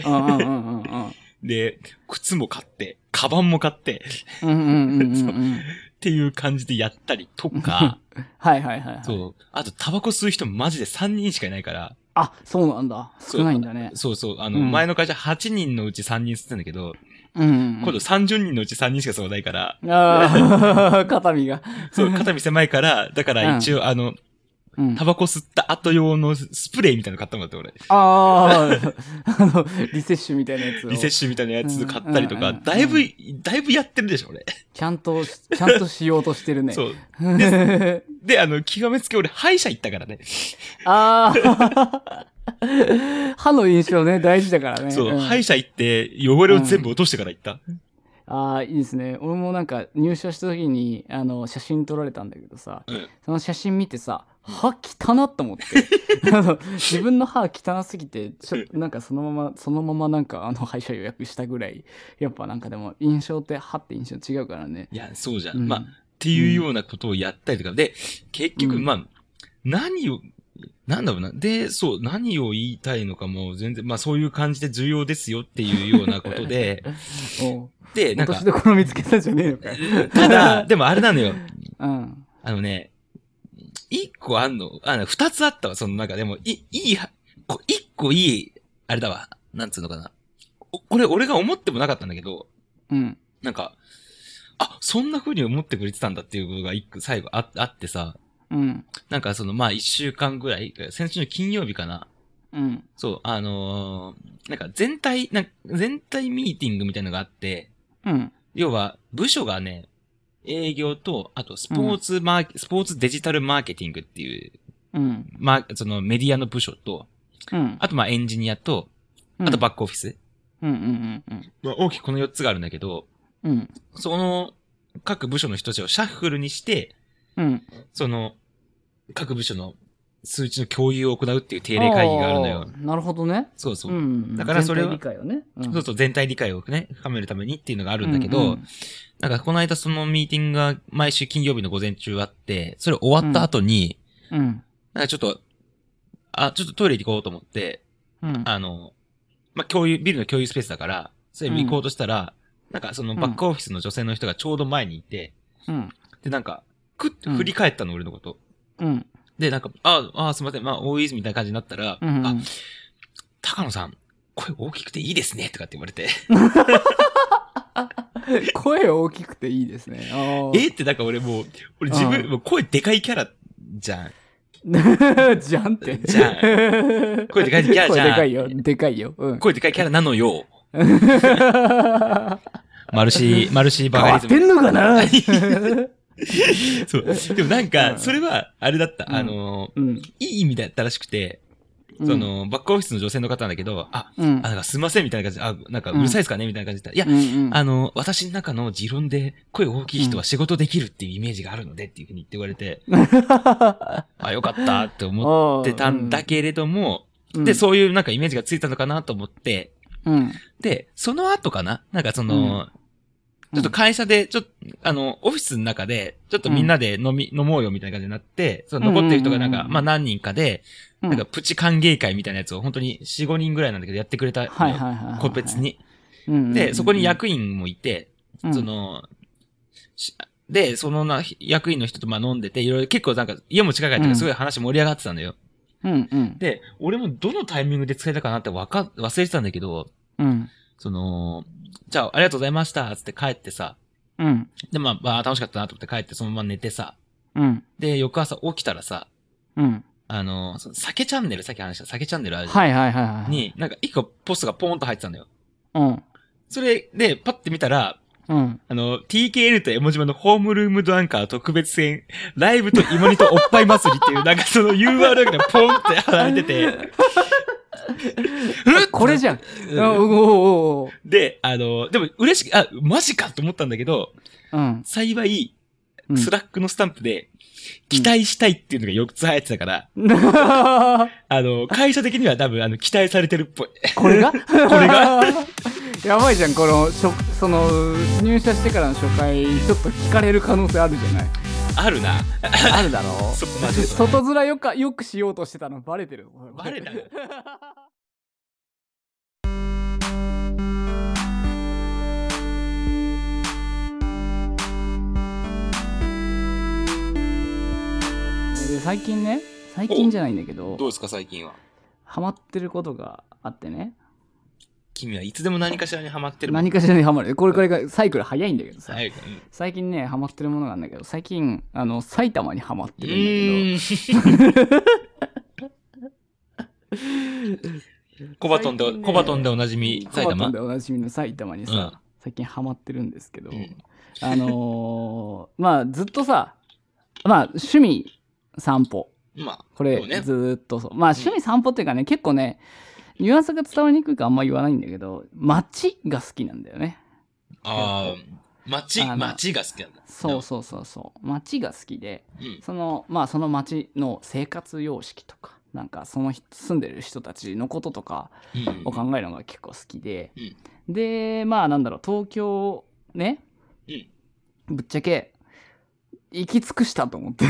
で、靴も買って、カバンも買って、っていう感じでやったりとか、 はい。 そう。あと、タバコ吸う人マジで3人しかいないから。 あ、そうなんだ。少ないんだね。 そう。前の会社8人のうち3人吸ってたんだけど、今度30人のうち3人しか吸わないから。 ああ、肩身が。 そう、肩身狭いから、だから一応タバコ吸った後用のスプレーみたいなの買ったもんだって、俺。 ああ、リセッシュみたいなやつを。 リセッシュみたいなやつ買ったりとか、だいぶやってるでしょ、俺。 ちゃんとしようとしてるね。 そう。で、極めつけ俺、歯医者行ったからね。 ああ。歯の印象ね、大事だからね。 そう、歯医者行って、汚れを全部落としてから行った。 ああ、いいですね。俺もなんか入社した時に写真撮られたんだけどさ、その写真見てさ、歯汚っと思って自分の歯汚すぎてなんかそのままなんか歯医者予約したぐらい、やっぱなんかでも印象って歯って印象違うからね。 いや、そうじゃん。まあっていうようなことをやったりとかで、結局まあなんだろうな。で、そう、何を言いたいのかも全然、まあそういう感じで重要ですよっていうようなことで、 で、なんか。落としどころ見つけたじゃねえのか。 ただ、でもあれなのよ。一個二つあったわ、その中でも、一個いい、あれだわ、なんつうのかな。俺が思ってもなかったんだけど、なんか、そんな風に思ってくれてたんだっていうことが一個最後あってさ、なんかまあ一週間ぐらい、先週の金曜日かな。そう、なんか全体ミーティングみたいなのがあって、要は部署がね、営業と、あとスポーツデジタルマーケティングっていう、そのメディアの部署と、あとまあエンジニアと、あとバックオフィス。大きくこの4つがあるんだけど、その各部署の人たちをシャッフルにして、その各部署の数値の共有を行うっていう定例会議があるのよ。 なるほどね。 そう。だからそれは、全体理解をね。そう、全体理解をね、深めるためにっていうのがあるんだけど、なんかこの間そのミーティングが毎週金曜日の午前中あって、それ終わった後に、なんかちょっとトイレ行こうと思って、まあ、ビルの共有スペースだから、それ行こうとしたら、なんかそのバックオフィスの女性の人がちょうど前にいて、で、なんか、くって振り返ったの、俺のこと。で、なんか、すいません、まあ、大泉みたいな感じになったら、高野さん、声大きくていいですね、とかって言われて。 声大きくていいですね。 ってなんか俺自分、もう声でかいキャラじゃん。 じゃんって。 じゃん。声でかいキャラじゃん。 声でかいよ。でかいよ。 声でかいキャラなのよ。マルシーバカリズム。 変わってんのかなそう。でもなんか、それは、あれだった。いい意味だったらしくて、バックオフィスの女性の方なんだけど、なんかすいませんみたいな感じで、なんかうるさいですかねみたいな感じで言ったら、いや、私の中の持論で声大きい人は仕事できるっていうイメージがあるのでっていうふうに言って言われて、よかったって思ってたんだけれども、で、そういうなんかイメージがついたのかなと思って、で、その後かななんかちょっと会社で、オフィスの中で、ちょっとみんなで飲もうよみたいな感じになって、残ってる人がなんか、まあ何人かで、なんかプチ歓迎会みたいなやつを本当に4、5人ぐらいなんだけどやってくれた。個別に。で、そこに役員もいて、で、 で、その役員の人とまあ飲んでて、いろいろ結構なんか家も近かったからすごい話盛り上がってたんだよ。 うんうん。 で、俺もどのタイミングで使えたかなって忘れてたんだけど、 うん。 じゃあありがとうございました、つって帰ってさ。 うん。 で、まあ、楽しかったなと思って帰ってそのまま寝てさ。 うん。 で、翌朝起きたらさ、 うん。 酒チャンネル、さっき話した酒チャンネルあるじゃん。 はいはいはいはい。 に、なんか一個ポストがポーンと入ってたんだよ。 うん。 それで、パッて見たら、 うん。 TKN と絵文字版のホームルームドアンカー特別編、ライブと芋煮とおっぱい祭りっていう、なんかその URL がポンって貼られてて、 これじゃん。 で、でも嬉しく、マジかと思ったんだけど、 うん、 幸い、スラックのスタンプで、期待したいっていうのが4つ入ってたから、会社的には多分、期待されてるっぽい。 これがこれがやばいじゃん、その、入社してからの初回、ちょっと聞かれる可能性あるじゃない。 あるな。 あるだろう。外面よくしようとしてたのバレてる。 バレたの最近じゃないんだけど。 どうですか最近は。 ハマってることがあってね。 君はいつでも何かしらにハマってる。 何かしらにハマる。これがサイクル早いんだけどさ。最近ね、ハマってるものがあるんだけど、最近、埼玉にハマってるんだけど。 コバトンでおなじみ埼玉。コバトンでおなじみの埼玉にさ、最近ハマってるんですけど、まあずっとさ、まあ趣味散歩。 まあ、 これ、ずっとそう。まあ趣味散歩っていうかね、結構ね、ニュアンスが伝わりにくいかあんま言わないんだけど、街が好きなんだよね。 ああ、街が好きなんだ。 そう。街が好きで、その街の生活様式とか、なんかその住んでる人たちのこととかを考えるのが結構好きで、で、まあなんだろう、東京ね、ぶっちゃけ行き尽くしたと思って。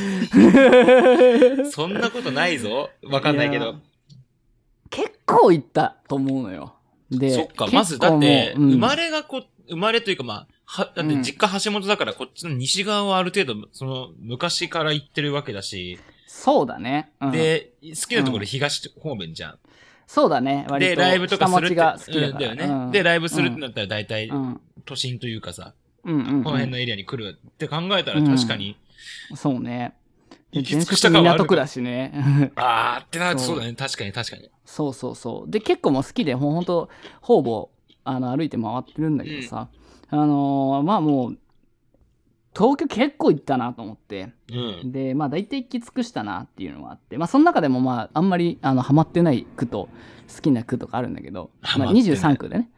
そんなことないぞ。わかんないけど。 結構行ったと思うのよ。で、 そっか、まずだって、生まれというかまあ、だって実家橋本だからこっちの西側はある程度、昔から行ってるわけだし。 そうだね。 で、好きなところ東方面じゃん。 そうだね。割とで、ライブとかするってが好きだからよね。で、ライブするってなったら大体、都心というかさ、この辺のエリアに来るって考えたら確かに。 そうね。 行き尽くした感はある。 港区だしね。 あーってなるとそうだね。確かに。 そう。で、結構もう好きで、もうほんと、ほぼ、歩いて回ってるんだけどさ、まあもう、東京結構行ったなと思って、で、まあ大体行き尽くしたなっていうのがあって、まあその中でもまああんまりハマってない区と好きな区とかあるんだけど、まあ23区でね、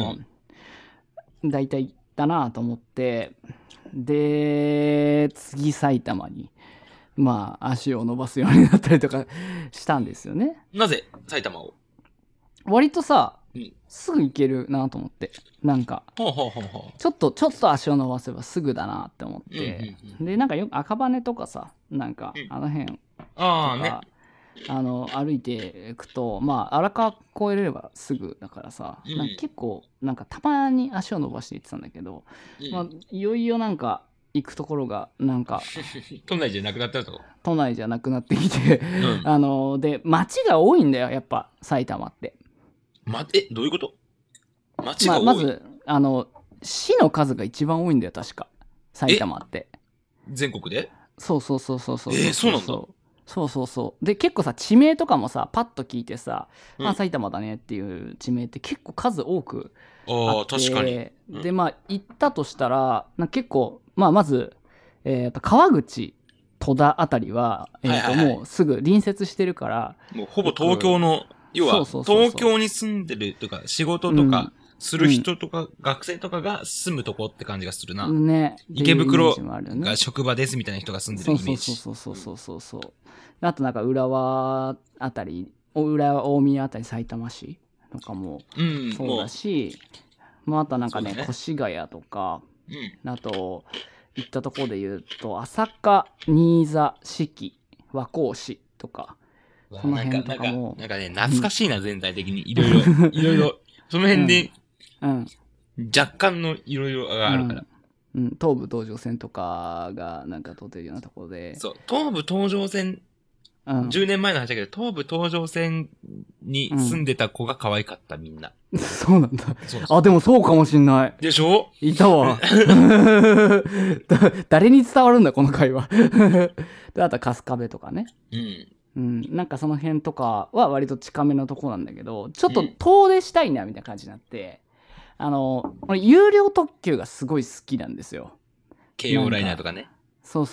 大体行ったなと思って、で、次埼玉に、まあ足を伸ばすようになったりとかしたんですよね。 なぜ埼玉を？ 割とさ、すぐ行けるなと思って、なんかちょっと足を伸ばせばすぐだなって思って、でなんかよく赤羽とかさ、なんかあの辺とか、歩いていくと、まあ荒川越えればすぐだからさ、なんか結構なんかたまに足を伸ばして行ってたんだけど、まあいよいよなんか行くところがなんか都内じゃなくなったと。 都内じゃなくなってきて、で街が多いんだよやっぱ埼玉って。 どういうこと？街が多い？ まず市の数が一番多いんだよ確か埼玉って。 全国で？ そう。 そうなんだ。 そう。で結構さ地名とかもさパッと聞いてさ、埼玉だねっていう地名って結構数多くあって、 確かに。 でまあ行ったとしたら結構まず、川口戸田あたりは、もうすぐ隣接してるから、 もうほぼ東京の要は東京に住んでるとか仕事とかする人とか、学生とかが住むとこって感じがするな。 ね。 池袋が職場ですみたいな人が住んでるイメージ。 そう。あとなんか浦和あたり、浦和大宮あたり埼玉市とかもそうだし、あとなんかね越谷とか、あと行ったところで言うと朝霞、新座、志木、和光市とか。 その辺とかもなんかね懐かしいな、全体的にいろいろその辺で若干のいろいろがあるから、 東武東上線とかがなんか通ってるようなところで。 そう、東武東上線、10年前の話だけど、東武東上線に住んでた子が可愛かった、みんな。 そうなんだ。でもそうかもしんない。 でしょ？ いたわ。誰に伝わるんだ、この会話。で、あとは春日部とかね。なんかその辺とかは割と近めのとこなんだけど、ちょっと遠出したいなみたいな感じになって、俺有料特急がすごい好きなんですよ。 京王ライナーとかね。 そう。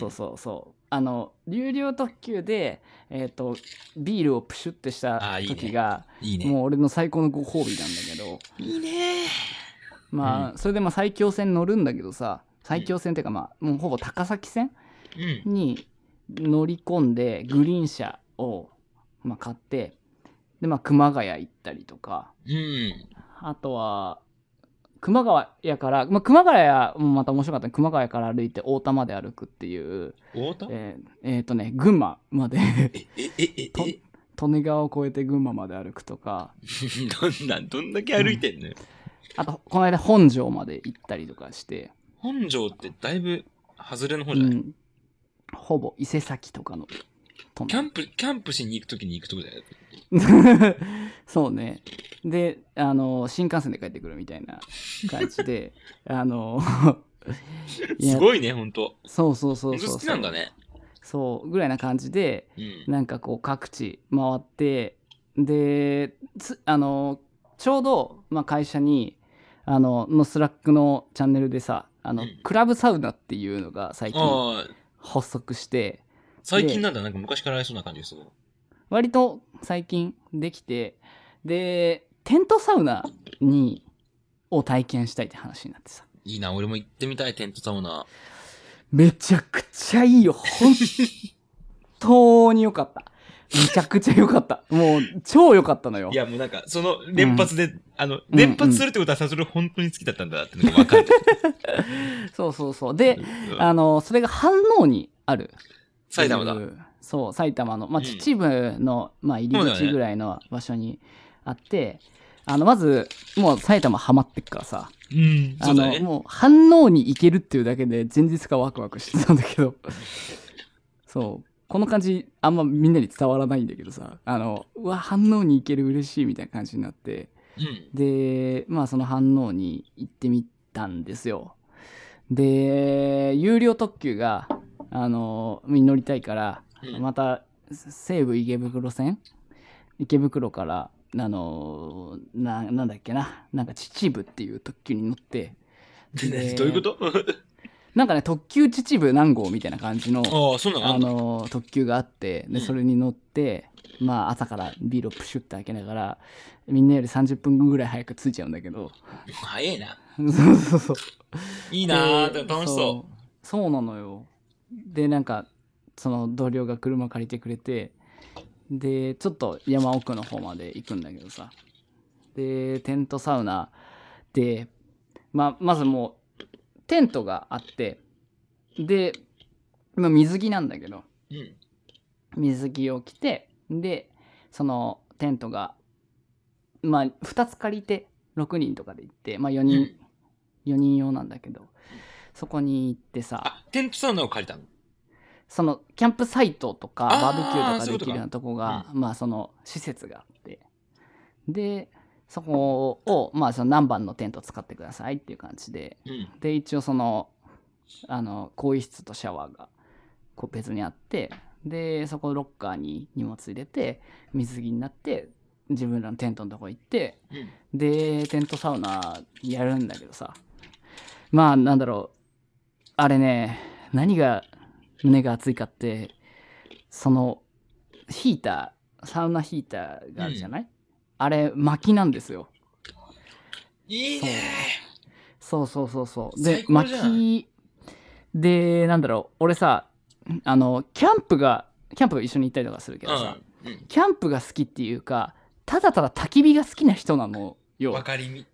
有料特急で、ビールをプシュってした時が、もう俺の最高のご褒美なんだけど。 いいね。 それで埼京線乗るんだけどさ、埼京線っていうかもうほぼ高崎線に乗り込んでグリーン車を、買って、で熊谷行ったりとか、あとは熊谷から、熊谷もまた面白かったね。熊谷から歩いて太田まで歩くっていう。 太田？ 群馬まで利根川を越えて群馬まで歩くとか。 どんだけ歩いてんのよ。 あとこの間本庄まで行ったりとかして。 本庄ってだいぶ外れの方じゃない？ ほぼ伊勢崎とかの。 キャンプしに行くときに行くとこだよ。 そうね。で、新幹線で帰ってくるみたいな感じで、 すごいね、ほんと。 そう。 好きなんだね。 そう、ぐらいな感じで、なんかこう各地回って、で、ちょうど、会社に、のスラックのチャンネルでさ、クラブサウナっていうのが最近発足して、 最近なんだ、なんか昔からありそうな感じですよ。 割と最近できて、でテントサウナを体験したいって話になってさ。 いいな、俺も行ってみたい。テントサウナめちゃくちゃいいよ。本当に良かった。めちゃくちゃ良かった。もう超良かったのよ。 いやもうなんかその連発で、連発するってことはさ、それ本当に好きだったんだってのが分かる。 そうで、それが飯能にある。 埼玉だ。 そう、埼玉の、秩父の、入り口ぐらいの場所にあって、まず、もう埼玉ハマってっからさ、 そうだね、 もう飯能に行けるっていうだけで前日からワクワクしてたんだけど、そう、この感じ、あんまみんなに伝わらないんだけどさ、うわ、飯能に行ける嬉しいみたいな感じになって、で、その飯能に行ってみたんですよ。で、有料特急が、乗りたいから、また西武池袋線、池袋からなんだっけな、なんか秩父っていう特急に乗って、 どういうこと？ なんかね、特急秩父何号みたいな感じの特急があって、でそれに乗って、朝からビールをプシュって開けながら、みんなより30分ぐらい早く着いちゃうんだけど。 早いな。 そういいなぁ、楽しそう。 そうなのよ。でなんかその同僚が車借りてくれて、でちょっと山奥の方まで行くんだけどさ、でテントサウナで、まずもうテントがあって、で水着なんだけど、水着を着て、でそのテントが2つ借りて6人とかで行って、4人用なんだけど、そこに行ってさ。 テントサウナを借りたの？ そのキャンプサイトとかバーベキューとかできるようなとこが、その施設があって、でそこをその何番のテント使ってくださいっていう感じで、で一応その更衣室とシャワーがこう別にあって、でそこロッカーに荷物入れて水着になって自分らのテントのとこ行って、でテントサウナやるんだけどさ、なんだろう、あれね、何が胸が熱いかって、そのヒーター、サウナヒーターがあるじゃない、あれ薪なんですよ。 いいね。 そうで薪で、なんだろう、俺さ、キャンプが一緒に行ったりとかするけどさ、キャンプが好きっていうか、ただただ焚き火が好きな人なのよ。 わかりみ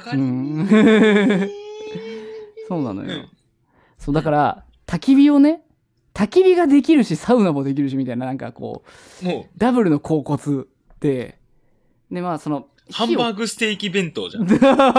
そうなのよ。そうだから焚き火をね、焚き火ができるしサウナもできるしみたいな、なんかこうもうダブルの恍惚で、そのハンバーグステーキ弁当じゃん。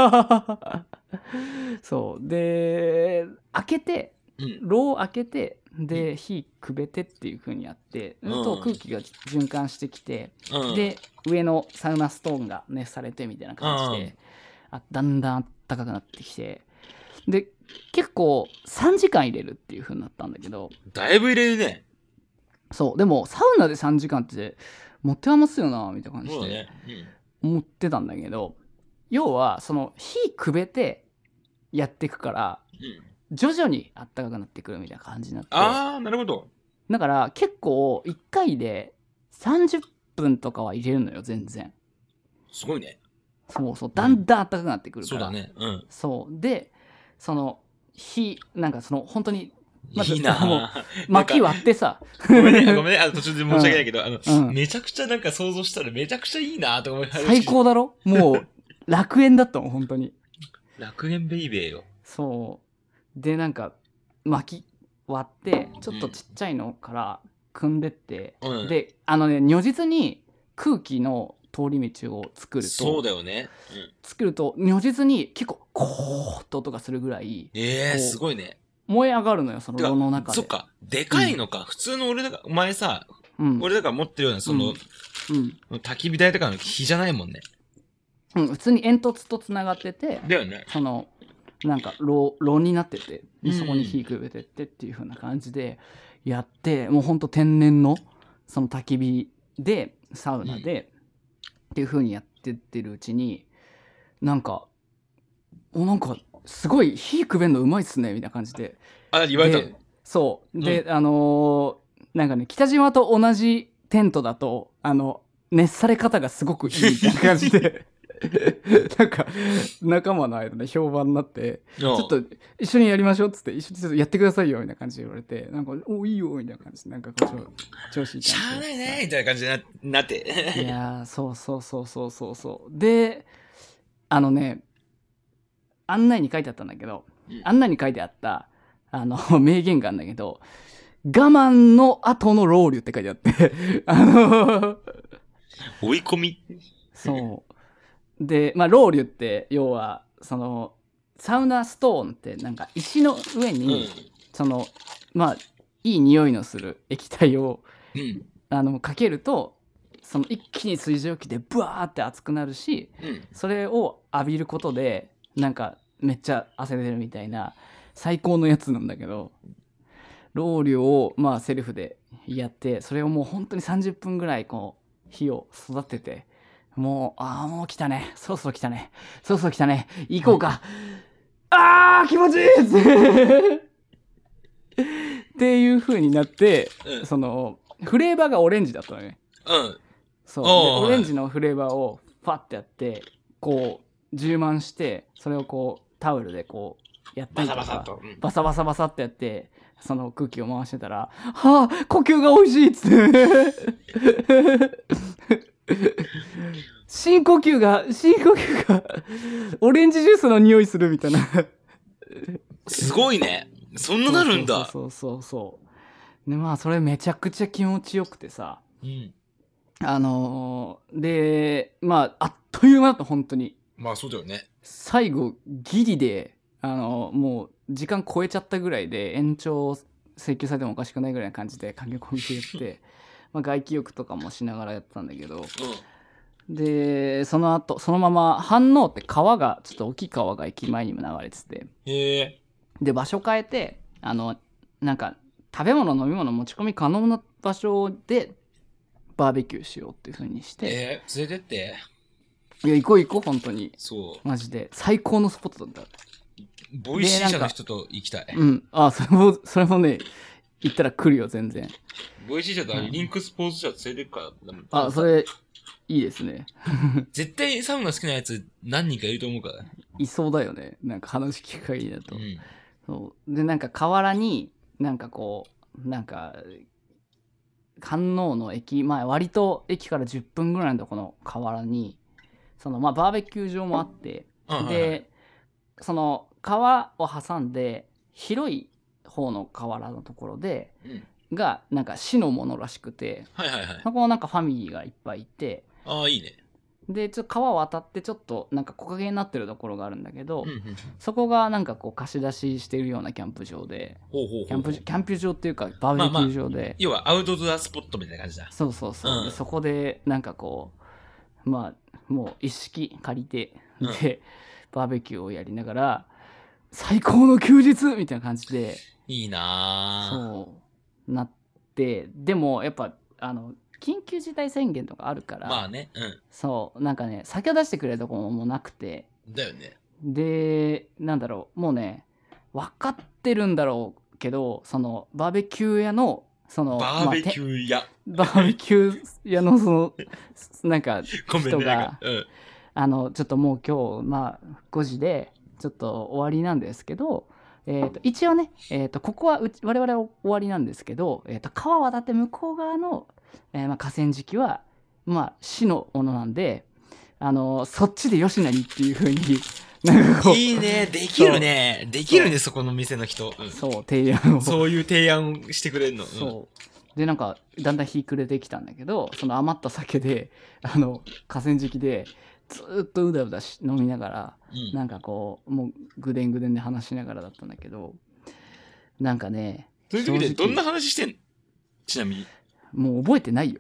そうで開けて、炉を開けてで火くべてっていう風にやってと空気が循環してきて、で上のサウナストーンが熱されてみたいな感じで、だんだん暖かくなってきて、で結構3時間入れるっていう風になったんだけど、 だいぶ入れるね。 そうでもサウナで3時間って持って余すよなみたいな感じで思ってたんだけど、要はその火くべてやっていくから、徐々にあったかくなってくるみたいな感じになって、 なるほど。 だから結構1回で30分とかは入れるのよ全然。 すごいね。 そうだんだんあったかくなってくるから、 そうだね。 そうでその火なんかその本当にまずいいなもう薪割ってさごめんね途中で申し訳ないけど、めちゃくちゃなんか想像したらめちゃくちゃいいなと思い始めて、 最高だろ、もう楽園だったもん本当に。 楽園ベイベーよ。 そうでなんか薪割ってちょっとちっちゃいのから組んでって、で如実に空気の通り道を作ると、 そうだよね、 作ると如実に結構コーッと音がするぐらい、 すごいね、 燃え上がるのよその炉の中で。 そっか、でかいのか、普通の俺だからお前さ、俺だから持ってるようなその、焚き火台とかの火じゃないもんね。 普通に煙突とつながってて、 だよね、 そのなんか炉になってて、そこに火くべてってっていう風な感じでやって、もうほんと天然のその焚き火でサウナで、っていう風にやってってるうちになんかすごい火くべんのうまいっすねみたいな感じで言われたの。 そうで、なんかね北島と同じテントだと熱され方がすごくいいみたいな感じでなんか仲間の間で評判になって、ちょっと一緒にやりましょうっつって、一緒にちょっとやってくださいよみたいな感じで言われて、なんかいいよみたいな感じで、なんか調子いい感じでしゃあないねみたいな感じになっていやそうで案内に書いてあったんだけど、案内に書いてあった名言があるんだけど、我慢の後のロウリュって書いてあって追い込みそうで、ロウリュって要はそのサウナストーンってなんか石の上に、そのいい匂いのする液体を、かけるとその一気に水蒸気でブワーって熱くなるし、それを浴びることでなんかめっちゃ汗出るみたいな最高のやつなんだけど、ロウリュをセルフでやって、それをもう本当に30分ぐらいこう火を育てて、もう来たね、そろそろ来たね行こうか、気持ちいいっていう風になって、そのフレーバーがオレンジだったのね。そうでオレンジのフレーバーをファッてやってこう充満して、それをこうタオルでこうやったりとかバサバサってやってその空気を回してたら、呼吸が美味しいっつって深呼吸がオレンジジュースの匂いするみたいなすごいね、そんななるんだ。 そうでそれめちゃくちゃ気持ちよくてさ、であっという間だった本当に。 そうだよね。 最後ギリでもう時間超えちゃったぐらいで延長請求されてもおかしくないぐらいな感じで駆け込みでやって外気浴とかもしながらやってたんだけど、でその後そのまま飯能って川がちょっと大きい川が駅前にも流れてて、で場所変えてなんか食べ物飲み物持ち込み可能な場所でバーベキューしようっていう風にして、 連れてって。 いや行こう本当に、 そうマジで最高のスポットだった。 ボイシー社の人と行きたい。 それもね行ったら来るよ全然。 ボイシー社とリンクスポーツ社連れてくから。 それいいですね絶対サウナ好きなやつ何人かいると思うから。 いそうだよね、なんか話聞く限りだと。そうでなんか河原になんかこうなんか飯能の駅前、割と駅から10分ぐらいのとこの河原にそのバーベキュー場もあって、でその川を挟んで広い方の河原のところで、がなんか市のものらしくて、そこもなんかファミリーがいっぱいいて、 いいね。 でちょっと川を渡ってちょっとなんか木陰になってるところがあるんだけど、 うんうん、 そこがなんかこう貸し出ししているようなキャンプ場で、キャンプ場っていうかバーベキュー場で、 要はアウトドアスポットみたいな感じだ。 そうそうそう、でそこでなんかこうまあもう一式借りてで、バーベキューをやりながら最高の休日みたいな感じで、 いいなそうなって、でもやっぱ緊急事態宣言とかあるから、 まあね、 そうなんかね酒を出してくれるところもなくて、 だよね。 でなんだろう、もうね分かってるんだろうけど、そのバーベキュー屋のそのバーベキュー屋、 バーベキュー屋のそのなんか人がちょっともう今日まあ5時でちょっと終わりなんですけど、一応ね、ここは我々は終わりなんですけど、川渡って向こう側の、まあ、河川敷はまあ市のものなんで、そっちでよしなにっていう風になんかこう、 いいね、できるね、できるね、そこの店の人、 そう提案を、 そういう提案をしてくれるの、 そうでなんかだんだん日暮れてきたんだけど、その余った酒で河川敷でずっとうだうだ飲みながら、なんかこうもうぐでんぐでんで話しながらだったんだけど、なんかね、 そういう時でどんな話してんの？ちなみにもう覚えてないよ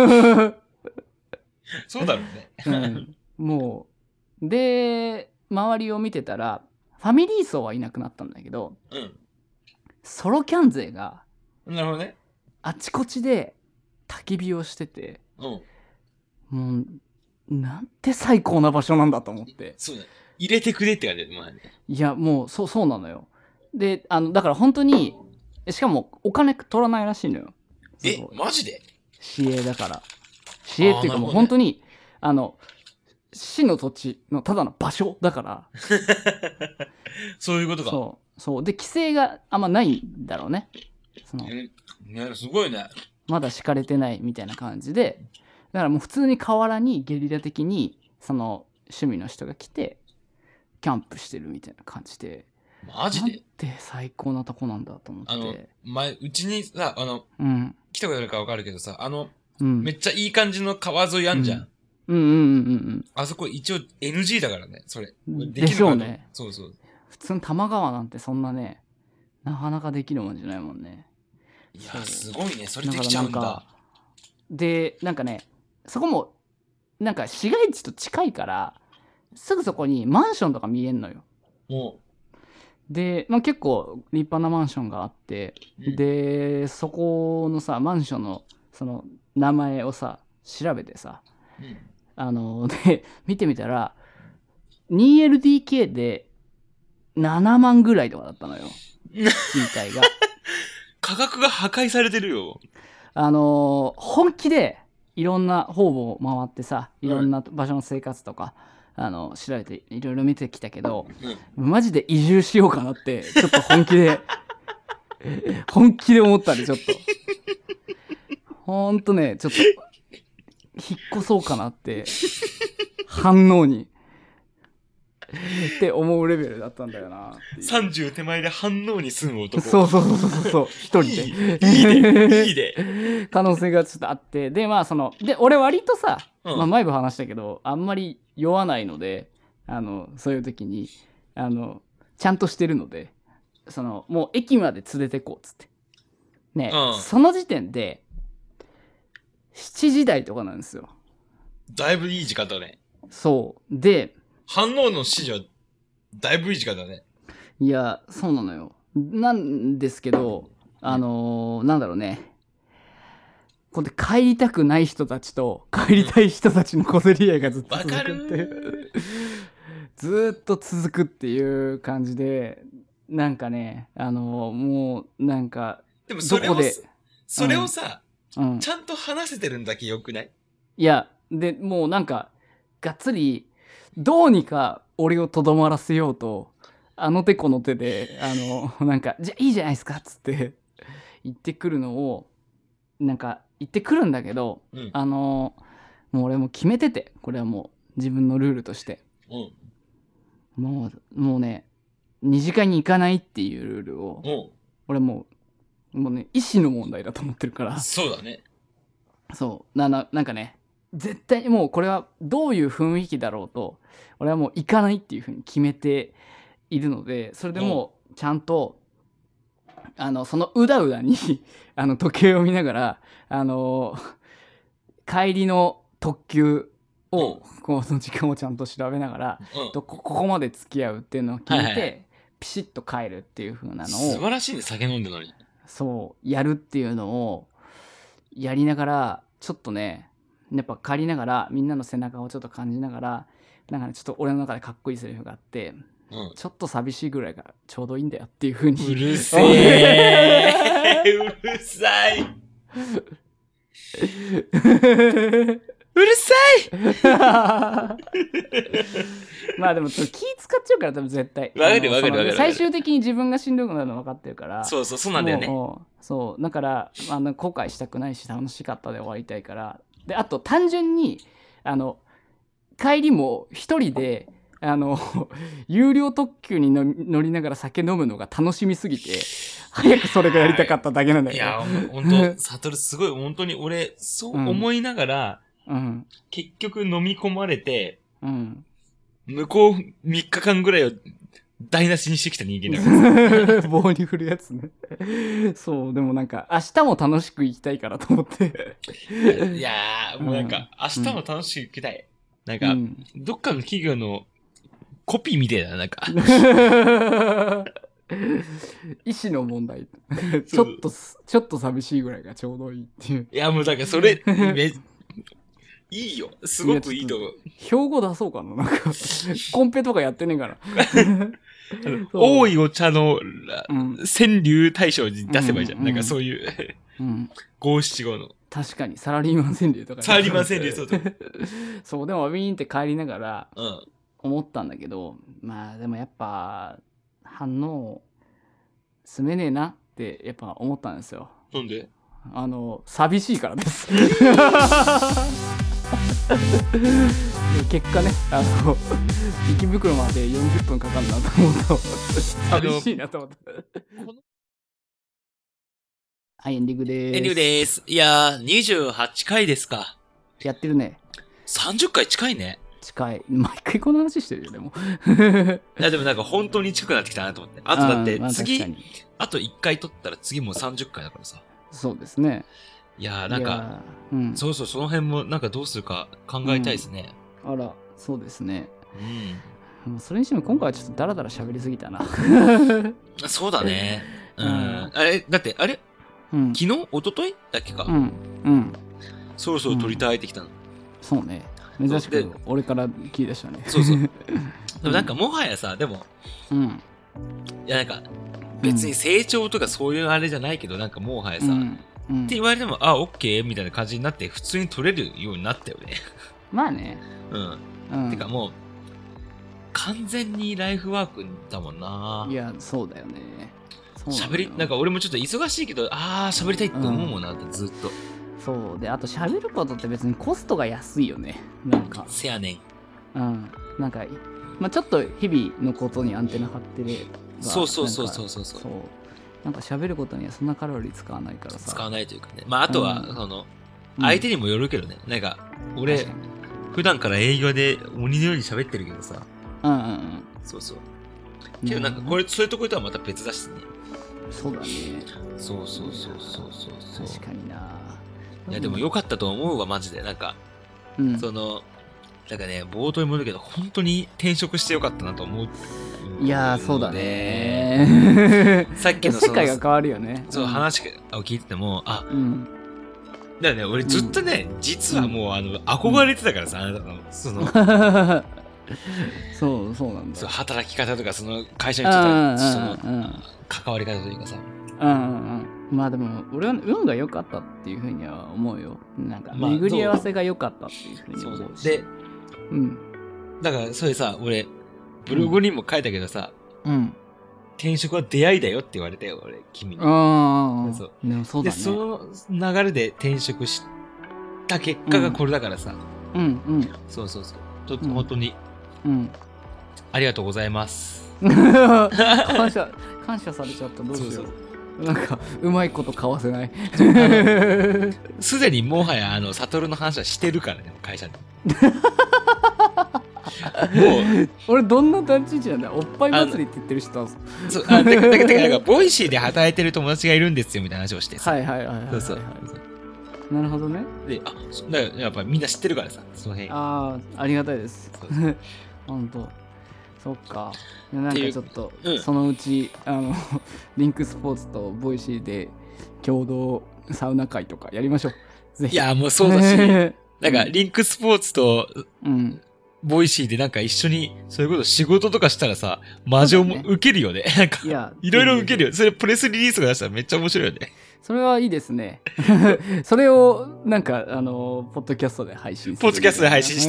そうだろうね、 もうで周りを見てたらファミリー層はいなくなったんだけど、ソロキャン勢がなるほどね、 あちこちで焚き火をしてて、もうなんて最高な場所なんだと思って。 そうだ、入れてくれって感じで、まあね、 いやもうそうなのよ。でだから本当に、しかもお金取らないらしいのよ。 マジで？ 市営だから。市営っていうかもう本当に市の土地のただの場所だからそういうことか。 そうで規制があんまないんだろうね。 すごいね。 まだ敷かれてないみたいな感じで、だからもう普通に河原にゲリラ的にその趣味の人が来てキャンプしてるみたいな感じで、 マジで？ なんて最高なとこなんだと思って。 うちにさ来たことあるか分かるけどさ、めっちゃいい感じの川沿いあんじゃん。あそこ一応 NG だからね、それ。 でしょうね。 そう。 普通の多摩川なんてそんなね、なかなかできるもんじゃないもんね。 いや、すごいね、それできちゃうんだ。 で、なんかね、そこも、なんか市街地と近いから、すぐそこにマンションとか見えんのよ。で、まあ、結構立派なマンションがあって、で、そこのさ、マンションのその名前をさ、調べてさ、で、見てみたら、2LDK で7万ぐらいとかだったのよ。賃貸が。 価格が破壊されてるよ。 本気でいろんな方々を回ってさ、いろんな場所の生活とか、調べていろいろ見てきたけど、マジで移住しようかなってちょっと本気で本気で思ったね。ちょっとほんとね、ちょっと引っ越そうかなって反応にって思うレベルだったんだよな。 30手前で反応に住む男。 そう一人でいいで可能性がちょっとあって、でまあで俺割とさ、まあ、前も話したけどあんまり酔わないので、そういう時にちゃんとしてるので、もう駅まで連れてこうっつってね、その時点で7時台とかなんですよ。 だいぶいい時間だね。 そうで、 反応の指示はだいぶいい時間だね。 いやそうなのよ。なんですけど、なんだろうね、これ帰りたくない人たちと帰りたい人たちの小競り合いがずっと続くっていうずっと続くっていう感じで、なんかね、もうなんかでもそれをさ、ちゃんと話せてるんだけよくない？ いやでもうなんかがっつりどうにか俺をとどまらせようと手この手でなんかじゃあいいじゃないですかっつって言ってくるのをなんか言ってくるんだけど、もう俺も決めてて、これはもう自分のルールとして、もうね2次会に行かないっていうルールを俺もうね意思の問題だと思ってるから。 そうだね。 そうなんかね、 絶対にもうこれはどういう雰囲気だろうと俺はもう行かないっていうふうに決めているので、それでもうちゃんとそのうだうだに時計を見ながら帰りの特急を、この時間をちゃんと調べながら、ここまで付き合うっていうのを決めて、ピシッと帰るっていう風なのを素晴らしいね、酒飲んでるのに。 そうやるっていうのをやりながら、ちょっとねやっぱ帰りながらみんなの背中をちょっと感じながら、なんかねちょっと俺の中でかっこいいセリフがあって、ちょっと寂しいぐらいがちょうどいいんだよっていう風に。 うるせえうるさいうるさいまあでも気使っちゃうから多分絶対わかる最終的に自分がしんどくなるの分かってるから、 そうなんだよね。 そうだから後悔したくないし楽しかったで終わりたいから。であと単純に帰りも一人で有料特急に乗りながら酒飲むのが楽しみすぎて早くそれがやりたかっただけなんだよ。 いや本当サトルすごい本当に俺そう思いながら、結局飲み込まれて、向こう3日間ぐらいを台無しにしてきた人間だから棒に振るやつねそうでもなんか明日も楽しく生きたいからと思っていやもうなんか、明日も楽しく生きたい、なんか、どっかの企業のコピーみたいだな、なんか意思の問題ちょっと寂しいぐらいがちょうどいいっていう。 いやもうだからそれいいよ、すごくいいと思う。 標語出そうかな、なんかコンペとかやってねえから多いお茶の川柳大賞に出せばいいじゃん、なんかそういう五七五の。 確かにサラリーマン川柳とか、 サラリーマン川柳そうでもウィーンって帰りながら思ったんだけど、まあでもやっぱ反応住めねえなってやっぱ思ったんですよ。 なんで？ 寂しいからです結果ね池袋まで40分かかるなと思うと寂しいなと思ったはい、エンディングでーす。 エンディングでーす。いやー、28回ですか。 やってるね。 30回近いね。 近い。毎回この話してるよ、でも。 いや、でもなんか本当に近くなってきたなと思って。あとだって次、あと1回取ったら次もう30回だからさ。 そうですね。 いやー、なんか、そうその辺もなんかどうするか考えたいですね。 あら、そうですね。それにしても今回はちょっとダラダラ喋りすぎたな。 そうだね。あれ、だってあれ昨日一昨日だっけか。そろそろ撮りたいってきたの。 そうね。珍しく俺から聞いたしたね。 そうでもなんかもはやさ、でも、いやなんか別に成長とかそういうあれじゃないけど、なんかもはやさ、って言われてもオッケーみたいな感じになって普通に撮れるようになったよね。 まあね。 てかもう完全にライフワークだもんな。 いやそうだよね。 なんか俺もちょっと忙しいけど喋りたいって思うもんなってずっと。 そうで、あと喋ることって別にコストが安いよね。なんかせやねん。なんかちょっと日々のことにアンテナ張ってれば、 そうなんか喋ることにはそんなカロリー使わないからさ。 使わないというかね。あとはその相手にもよるけどね。なんか俺普段から営業で鬼のように喋ってるけどさ。そうけどなんかそういうところとはまた別だしね。 そうだね。 そう確かにな。 いやでも良かったと思うわマジで。なんかそのなんかね冒頭にも言うけど本当に転職してよかったなと思う。 いやそうだね。 さっきの世界が変わるよね。 そう話を聞いててもだからね俺ずっとね実はもう憧れてたからさ、あなたのそのそうなんだ。 そう働き方とかその会社にとってその関わり方というかさ。 まあでも俺は運が良かったっていうふうには思うよ。なんか巡り合わせが良かったっていうふうに思うし。で、 だからそれさ俺ブログにも書いたけどさ、転職は出会いだよって言われたよ俺君に。 でもそうだね。 でその流れで転職した結果がこれだからさ。そう本当にありがとうございます。 感謝されちゃった。どうしよう。 なんかうまいこと買わせない。 すでにもはやサトルの話はしてるからね、会社で。もう俺どんな団地なんだ。おっぱい祭りって言ってる人はそうだからボイシーで働いてる友達がいるんですよみたいな話をしてさ。 はいはいはいはい、はい、 そうそう。 なるほどね。 で、だからやっぱみんな知ってるからさ、その辺。 ありがたいです。本当。そっか。なんかちょっと、そのうちリンクスポーツとボイシーで共同サウナ会とかやりましょう。ぜひ。 いやもうそうだし、なんかリンクスポーツと、ボイシーでなんか一緒にそういうこと仕事とかしたらさ、マジも受けるよね。なんかいろいろ受けるよ。それプレスリリースが出したらめっちゃ面白いよね。 それはいいですね。それをなんかポッドキャストで配信する。 ポッドキャストで配信して。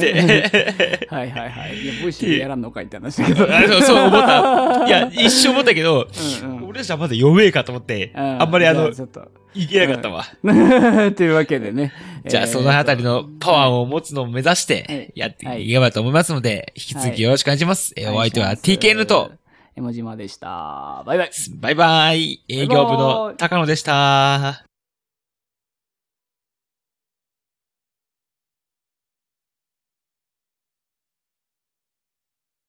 はいはいはい。いやボイシーでやらんのかいって話だけど。 そう思った。いや一瞬思ったけど、俺たちはまだ弱えかと思って、あんまりいけなかったわ。 というわけでね。 じゃあそのあたりのパワーを持つのを目指してやっていけばと思いますので、引き続きよろしくお願いします。お相手は TKN と江島でした。バイバイ。 バイバイ。営業部の高野でした。